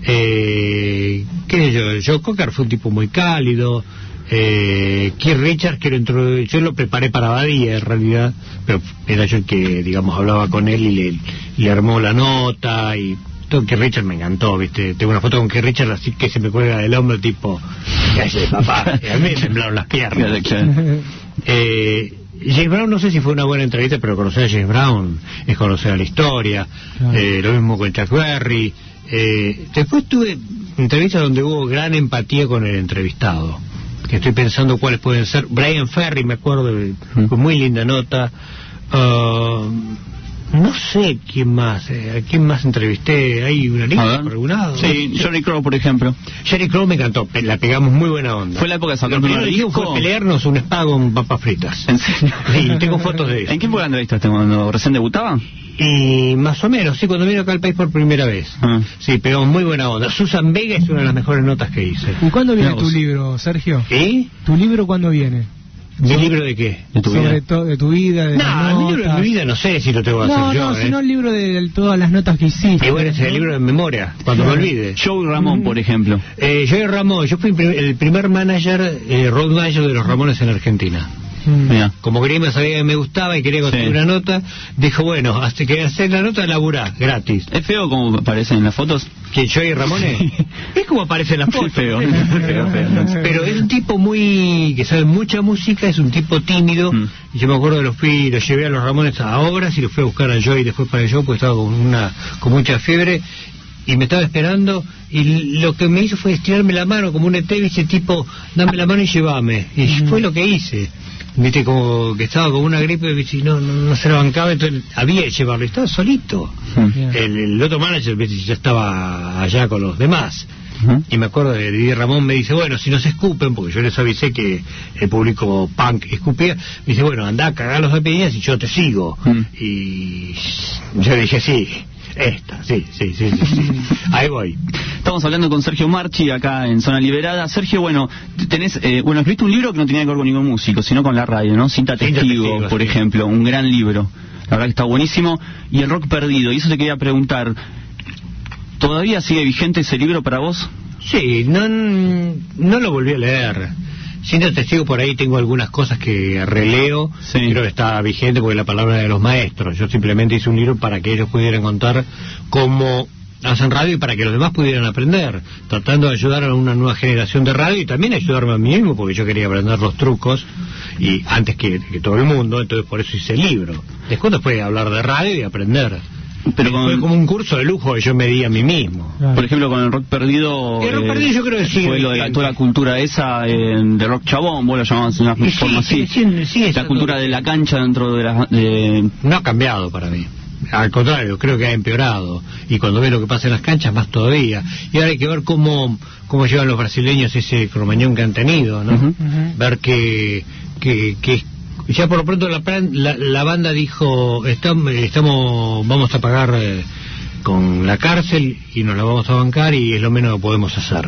Eh, ¿Qué sé yo? Joe Cocker fue un tipo muy cálido. Eh, Keith Richards, que entró, yo lo preparé para Badía en realidad, pero era yo el que, digamos, hablaba con él y le, le armó la nota. Y todo. Keith Richards me encantó, ¿viste? Tengo una foto con Keith Richards así que se me cuelga del hombro, tipo, cállate, papá. Y a mí me temblaron las piernas. eh, James Brown, no sé si fue una buena entrevista, pero conocer a James Brown es conocer a la historia. Claro. Eh, lo mismo con Chuck Berry. Eh, después tuve entrevistas donde hubo gran empatía con el entrevistado, que estoy pensando cuáles pueden ser. Brian Ferry, me acuerdo, con muy linda nota. Uh, no sé quién más, eh, a quién más entrevisté. Hay una lista por algún lado. Sí, Jerry Crow, por ejemplo. Jerry Crow me encantó, la pegamos muy buena onda. Fue la época de sacar Lo primero que dijo fue pelearnos un espada con papas fritas. ¿En serio? Sí, tengo fotos de eso. ¿En qué época entrevistaste? ¿Cuando recién debutaba? Y más o menos, sí, cuando vino acá al país por primera vez. Ah. Sí, pegamos muy buena onda. Susan Vega es una de las mejores notas que hice. ¿Y cuándo viene tu libro, Sergio? ¿Sí? ¿Tu libro cuándo viene? ¿Mi libro de qué? ¿De tu Sobre vida? To, de tu vida, de No, el libro de mi vida no sé si lo tengo que no, hacer no, yo. No, sino ¿eh? el libro de, de todas las notas que hiciste. Y bueno, ese es el libro de memoria, cuando claro. me olvide. Joey Ramón, mm. por ejemplo. Eh, Joey Ramón, yo fui el primer manager, eh, road manager de los Ramones en Argentina. Mira. Como Grima sabía que me gustaba y quería conseguir sí. una nota, dijo, bueno, hasta que hacer la nota, laburá, gratis. ¿Es feo como aparece en las fotos? ¿Que yo y Ramones? Sí. Es como aparece en las fotos. Sí, feo. feo, feo no. Pero es un tipo muy... que sabe mucha música, es un tipo tímido, mm. y yo me acuerdo que los fui, los llevé a los Ramones a obras y los fui a buscar a Joey después para el show, porque estaba con, una, con mucha fiebre, y me estaba esperando, y lo que me hizo fue estirarme la mano como un E T, y ese tipo, dame la mano y llévame. Y mm. fue lo que hice. Viste, como que estaba con una gripe y no, no, no se la bancaba, entonces había que llevarlo, estaba solito. Uh-huh. el, el otro manager, viste, ya estaba allá con los demás. Uh-huh. Y me acuerdo de Didier Ramón, me dice, bueno, si nos escupen, porque yo les avisé que el público punk escupía, me dice, bueno, andá a cagarlos de peñas y yo te sigo. Uh-huh. Y yo dije, sí. Esta, sí, sí, sí, sí, sí. Ahí voy. Estamos hablando con Sergio Marchi acá en Zona Liberada. Sergio, bueno, tenés, eh, bueno, escribiste un libro que no tenía que ver con ningún músico, sino con la radio, ¿no? Cinta Testigo, Testigo por sí. ejemplo, un gran libro. La verdad que está buenísimo. Y El Rock Perdido, y eso te quería preguntar, ¿todavía sigue vigente ese libro para vos? Sí, no, no lo volví a leer. Cinta Testigo, por ahí tengo algunas cosas que releo, sí. creo que está vigente porque es la palabra de los maestros. Yo simplemente hice un libro para que ellos pudieran contar cómo hacen radio y para que los demás pudieran aprender, tratando de ayudar a una nueva generación de radio y también ayudarme a mí mismo, porque yo quería aprender los trucos y antes que, que todo el mundo, entonces por eso hice el libro. Después después de hablar de radio y aprender. Pero con... fue como un curso de lujo que yo me di a mí mismo. Por ejemplo, con El Rock Perdido, el rock eh, perdido yo creo que sí, fue lo de la, toda la cultura esa eh, de rock chabón, vos lo llamabas de una sí, forma sí, así, sí, sí, la cultura de la cancha dentro de la... De... No ha cambiado para mí, al contrario, creo que ha empeorado, y cuando ves lo que pasa en las canchas más todavía, y ahora hay que ver cómo cómo llevan los brasileños ese cromañón que han tenido, ¿no? Uh-huh. Uh-huh. Ver que que, que ya por lo pronto la, la, la banda dijo, estamos, estamos vamos a pagar eh, con la cárcel y nos la vamos a bancar y es lo menos que podemos hacer.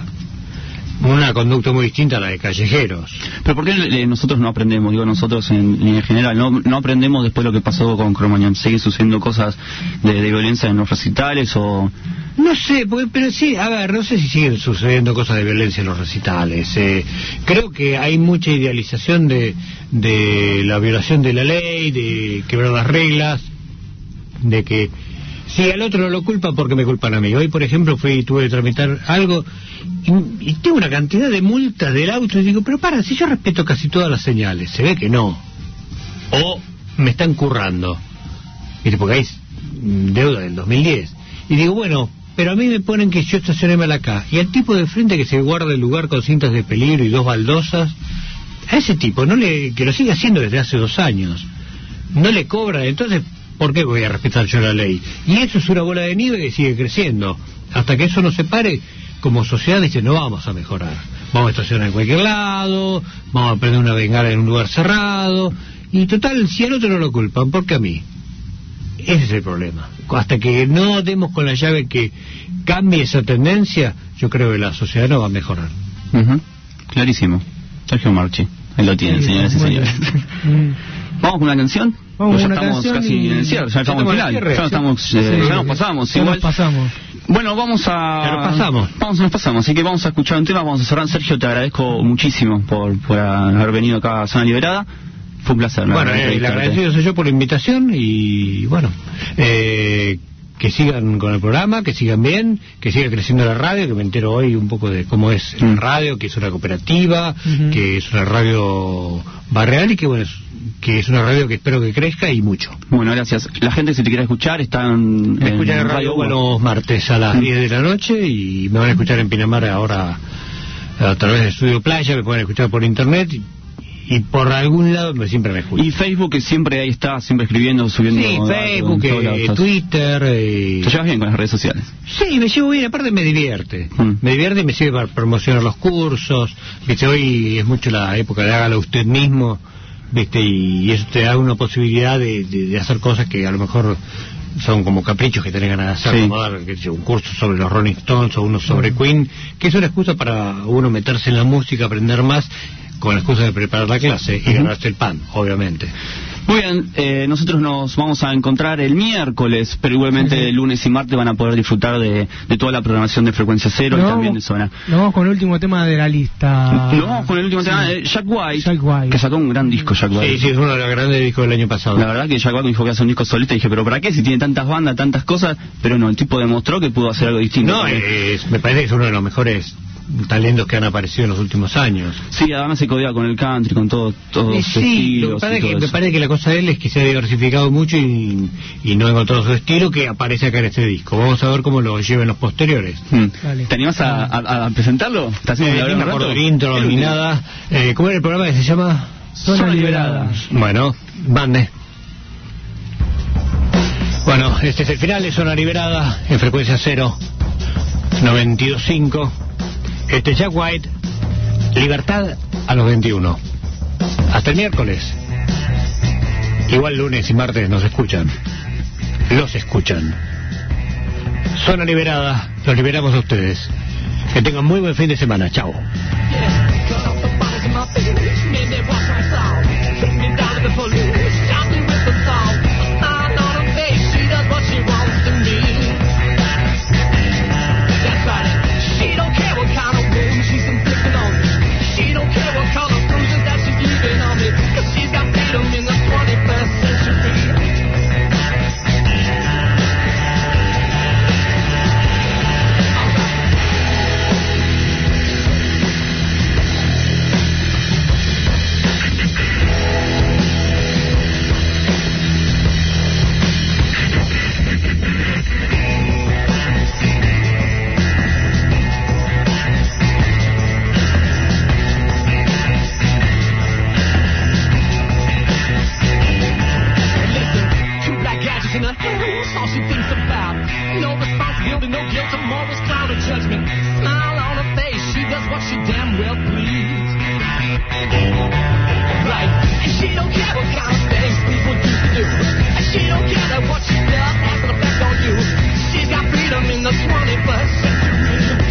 Una conducta muy distinta a la de Callejeros. Pero ¿por qué eh, nosotros no aprendemos? Digo, nosotros en, en general, ¿no, no aprendemos después lo que pasó con Cromañón? ¿Siguen sucediendo cosas de, de violencia en los recitales o...? No sé, porque, pero sí, a ver, no sé si siguen sucediendo cosas de violencia en los recitales. Eh, creo que hay mucha idealización de, de la violación de la ley, de quebrar las reglas, de que... Sí, al otro no lo culpan porque me culpan a mí. Hoy, por ejemplo, fui y tuve que tramitar algo y, y tengo una cantidad de multas del auto y digo, pero para, si yo respeto casi todas las señales, se ve que no. O me están currando. Mire, porque hay deuda del dos mil diez. Y digo, bueno, pero a mí me ponen que yo estacioné mal acá. Y al tipo de frente que se guarda el lugar con cintas de peligro y dos baldosas, a ese tipo, no le que lo sigue haciendo desde hace dos años, no le cobran, entonces... ¿Por qué voy a respetar yo la ley? Y eso es una bola de nieve que sigue creciendo. Hasta que eso no se pare, como sociedad dice, no vamos a mejorar. Vamos a estacionar en cualquier lado, vamos a prender una bengala en un lugar cerrado. Y total, si al otro no lo culpan, ¿por qué a mí? Ese es el problema. Hasta que no demos con la llave que cambie esa tendencia, yo creo que la sociedad no va a mejorar. Uh-huh. Clarísimo. Sergio Marchi. Ahí lo tienen, señoras y señores. Vamos con una canción. Vamos Pues ya a una estamos canción casi y- en el cierre, ya estamos en estamos en final. el cierre. Ya, no estamos, Sí, eh, sí. ya nos pasamos. Ya igual. nos pasamos. Bueno, vamos a... Ya nos pasamos. Vamos, nos pasamos, así que vamos a escuchar un tema, vamos a cerrar. Sergio, te agradezco muchísimo por, por haber venido acá a Zona Liberada. Fue un placer. la Bueno, verdad, eh, el entrevistarte. agradecido soy yo por la invitación y bueno, eh, que sigan con el programa, que sigan bien, que siga creciendo la radio, que me entero hoy un poco de cómo es la Mm. radio, que es una cooperativa, Ujú. que es una radio barrial y que bueno, es, que es una radio que espero que crezca y mucho. Bueno, gracias. La gente que se te quiere escuchar está en, Me escuchan en Radio Uva los martes a las Mm. diez de la noche y me van a escuchar en Pinamar ahora a través de Estudio Playa, me pueden escuchar por internet y, y por algún lado me, siempre me escuchan. Y Facebook, que siempre ahí está, siempre escribiendo, subiendo. Sí, datos, Facebook, en todos eh, lados. Twitter. Eh... ¿Te llevas bien con las redes sociales? Sí, me llevo bien, aparte me divierte. Mm. Me divierte y me sirve para promocionar los cursos. Viste, hoy es mucho la época de hágalo usted mismo, viste, y eso te da una posibilidad de, de, de hacer cosas que a lo mejor son como caprichos que tenés ganas de hacer, Sí. como dar qué sé yo, un curso sobre los Rolling Stones o uno sobre Queen, que es una excusa para uno meterse en la música, aprender más, con la excusa de preparar la clase y Ujú. ganarse el pan, obviamente. Muy bien, eh, nosotros nos vamos a encontrar el miércoles, pero igualmente Ujú. el lunes y martes van a poder disfrutar de, de toda la programación de Frecuencia Cero y Nos también de vamos- Zona. Nos vamos con el último tema de la lista. Nos vamos con el último Sí. tema de Jack White, Jack White. que sacó un gran disco, Jack White. Sí, sí, es uno de los grandes discos del año pasado. La verdad que Jack White me dijo que hace un disco solista y dije, pero ¿para qué? Si tiene tantas bandas, tantas cosas, pero no, el tipo demostró que pudo hacer algo distinto. No, es, me parece que es uno de los mejores talentos que han aparecido en los últimos años. Sí, además se codea con el country, con todo, todos Y los sí, lo que estilos pasa y es todo que me eso. parece que la cosa de él es que se ha diversificado mucho y, y no ha encontrado su estilo que aparece acá en este disco. Vamos a ver cómo lo lleva en los posteriores. Mm. Dale. ¿Te animás a, a- a presentarlo? ¿Estás haciendo Eh, la ni verdad me un acuerdo rato? del intro El ni último. nada. Eh, ¿Cómo era el programa que se llama? Zona Liberada. Bueno, mande. Bueno, este es el final de Zona Liberada en frecuencia cero, noventa y dos punto cinco. Este es Jack White, Libertad a los veintiuno. Hasta el miércoles. Igual lunes y martes nos escuchan. Los escuchan. Zona Liberada, los liberamos a ustedes. Que tengan muy buen fin de semana. Chao. in her hands, all she thinks about. No responsibility, no guilt, a morals cloud of judgment. Smile on her face, she does what she damn well please. Right, and she don't care what kind of things people used to do. And she don't care that what she does has an effect on you. She's got freedom in the twenty-first century.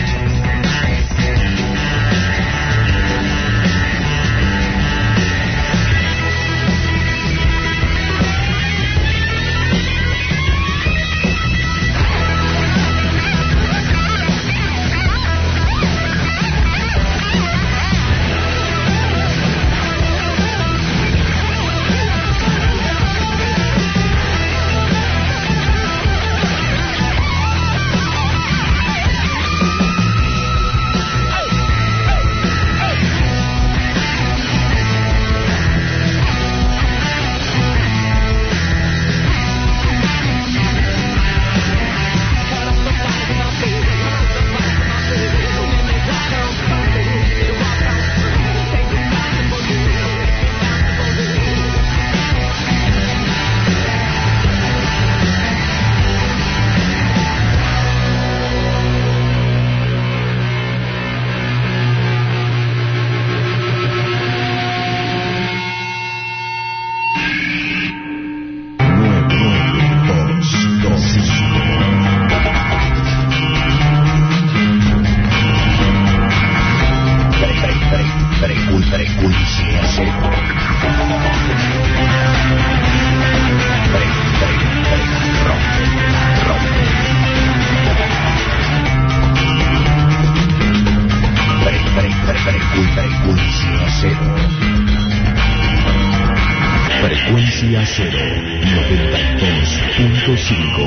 cero, noventa y dos punto cinco.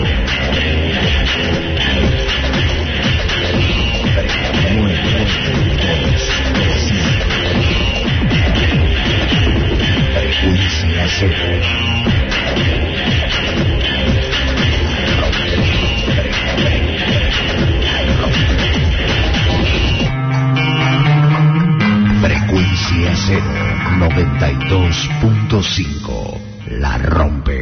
Frecuencia cero. Frecuencia cero, noventa y dos punto cinco. La rompe.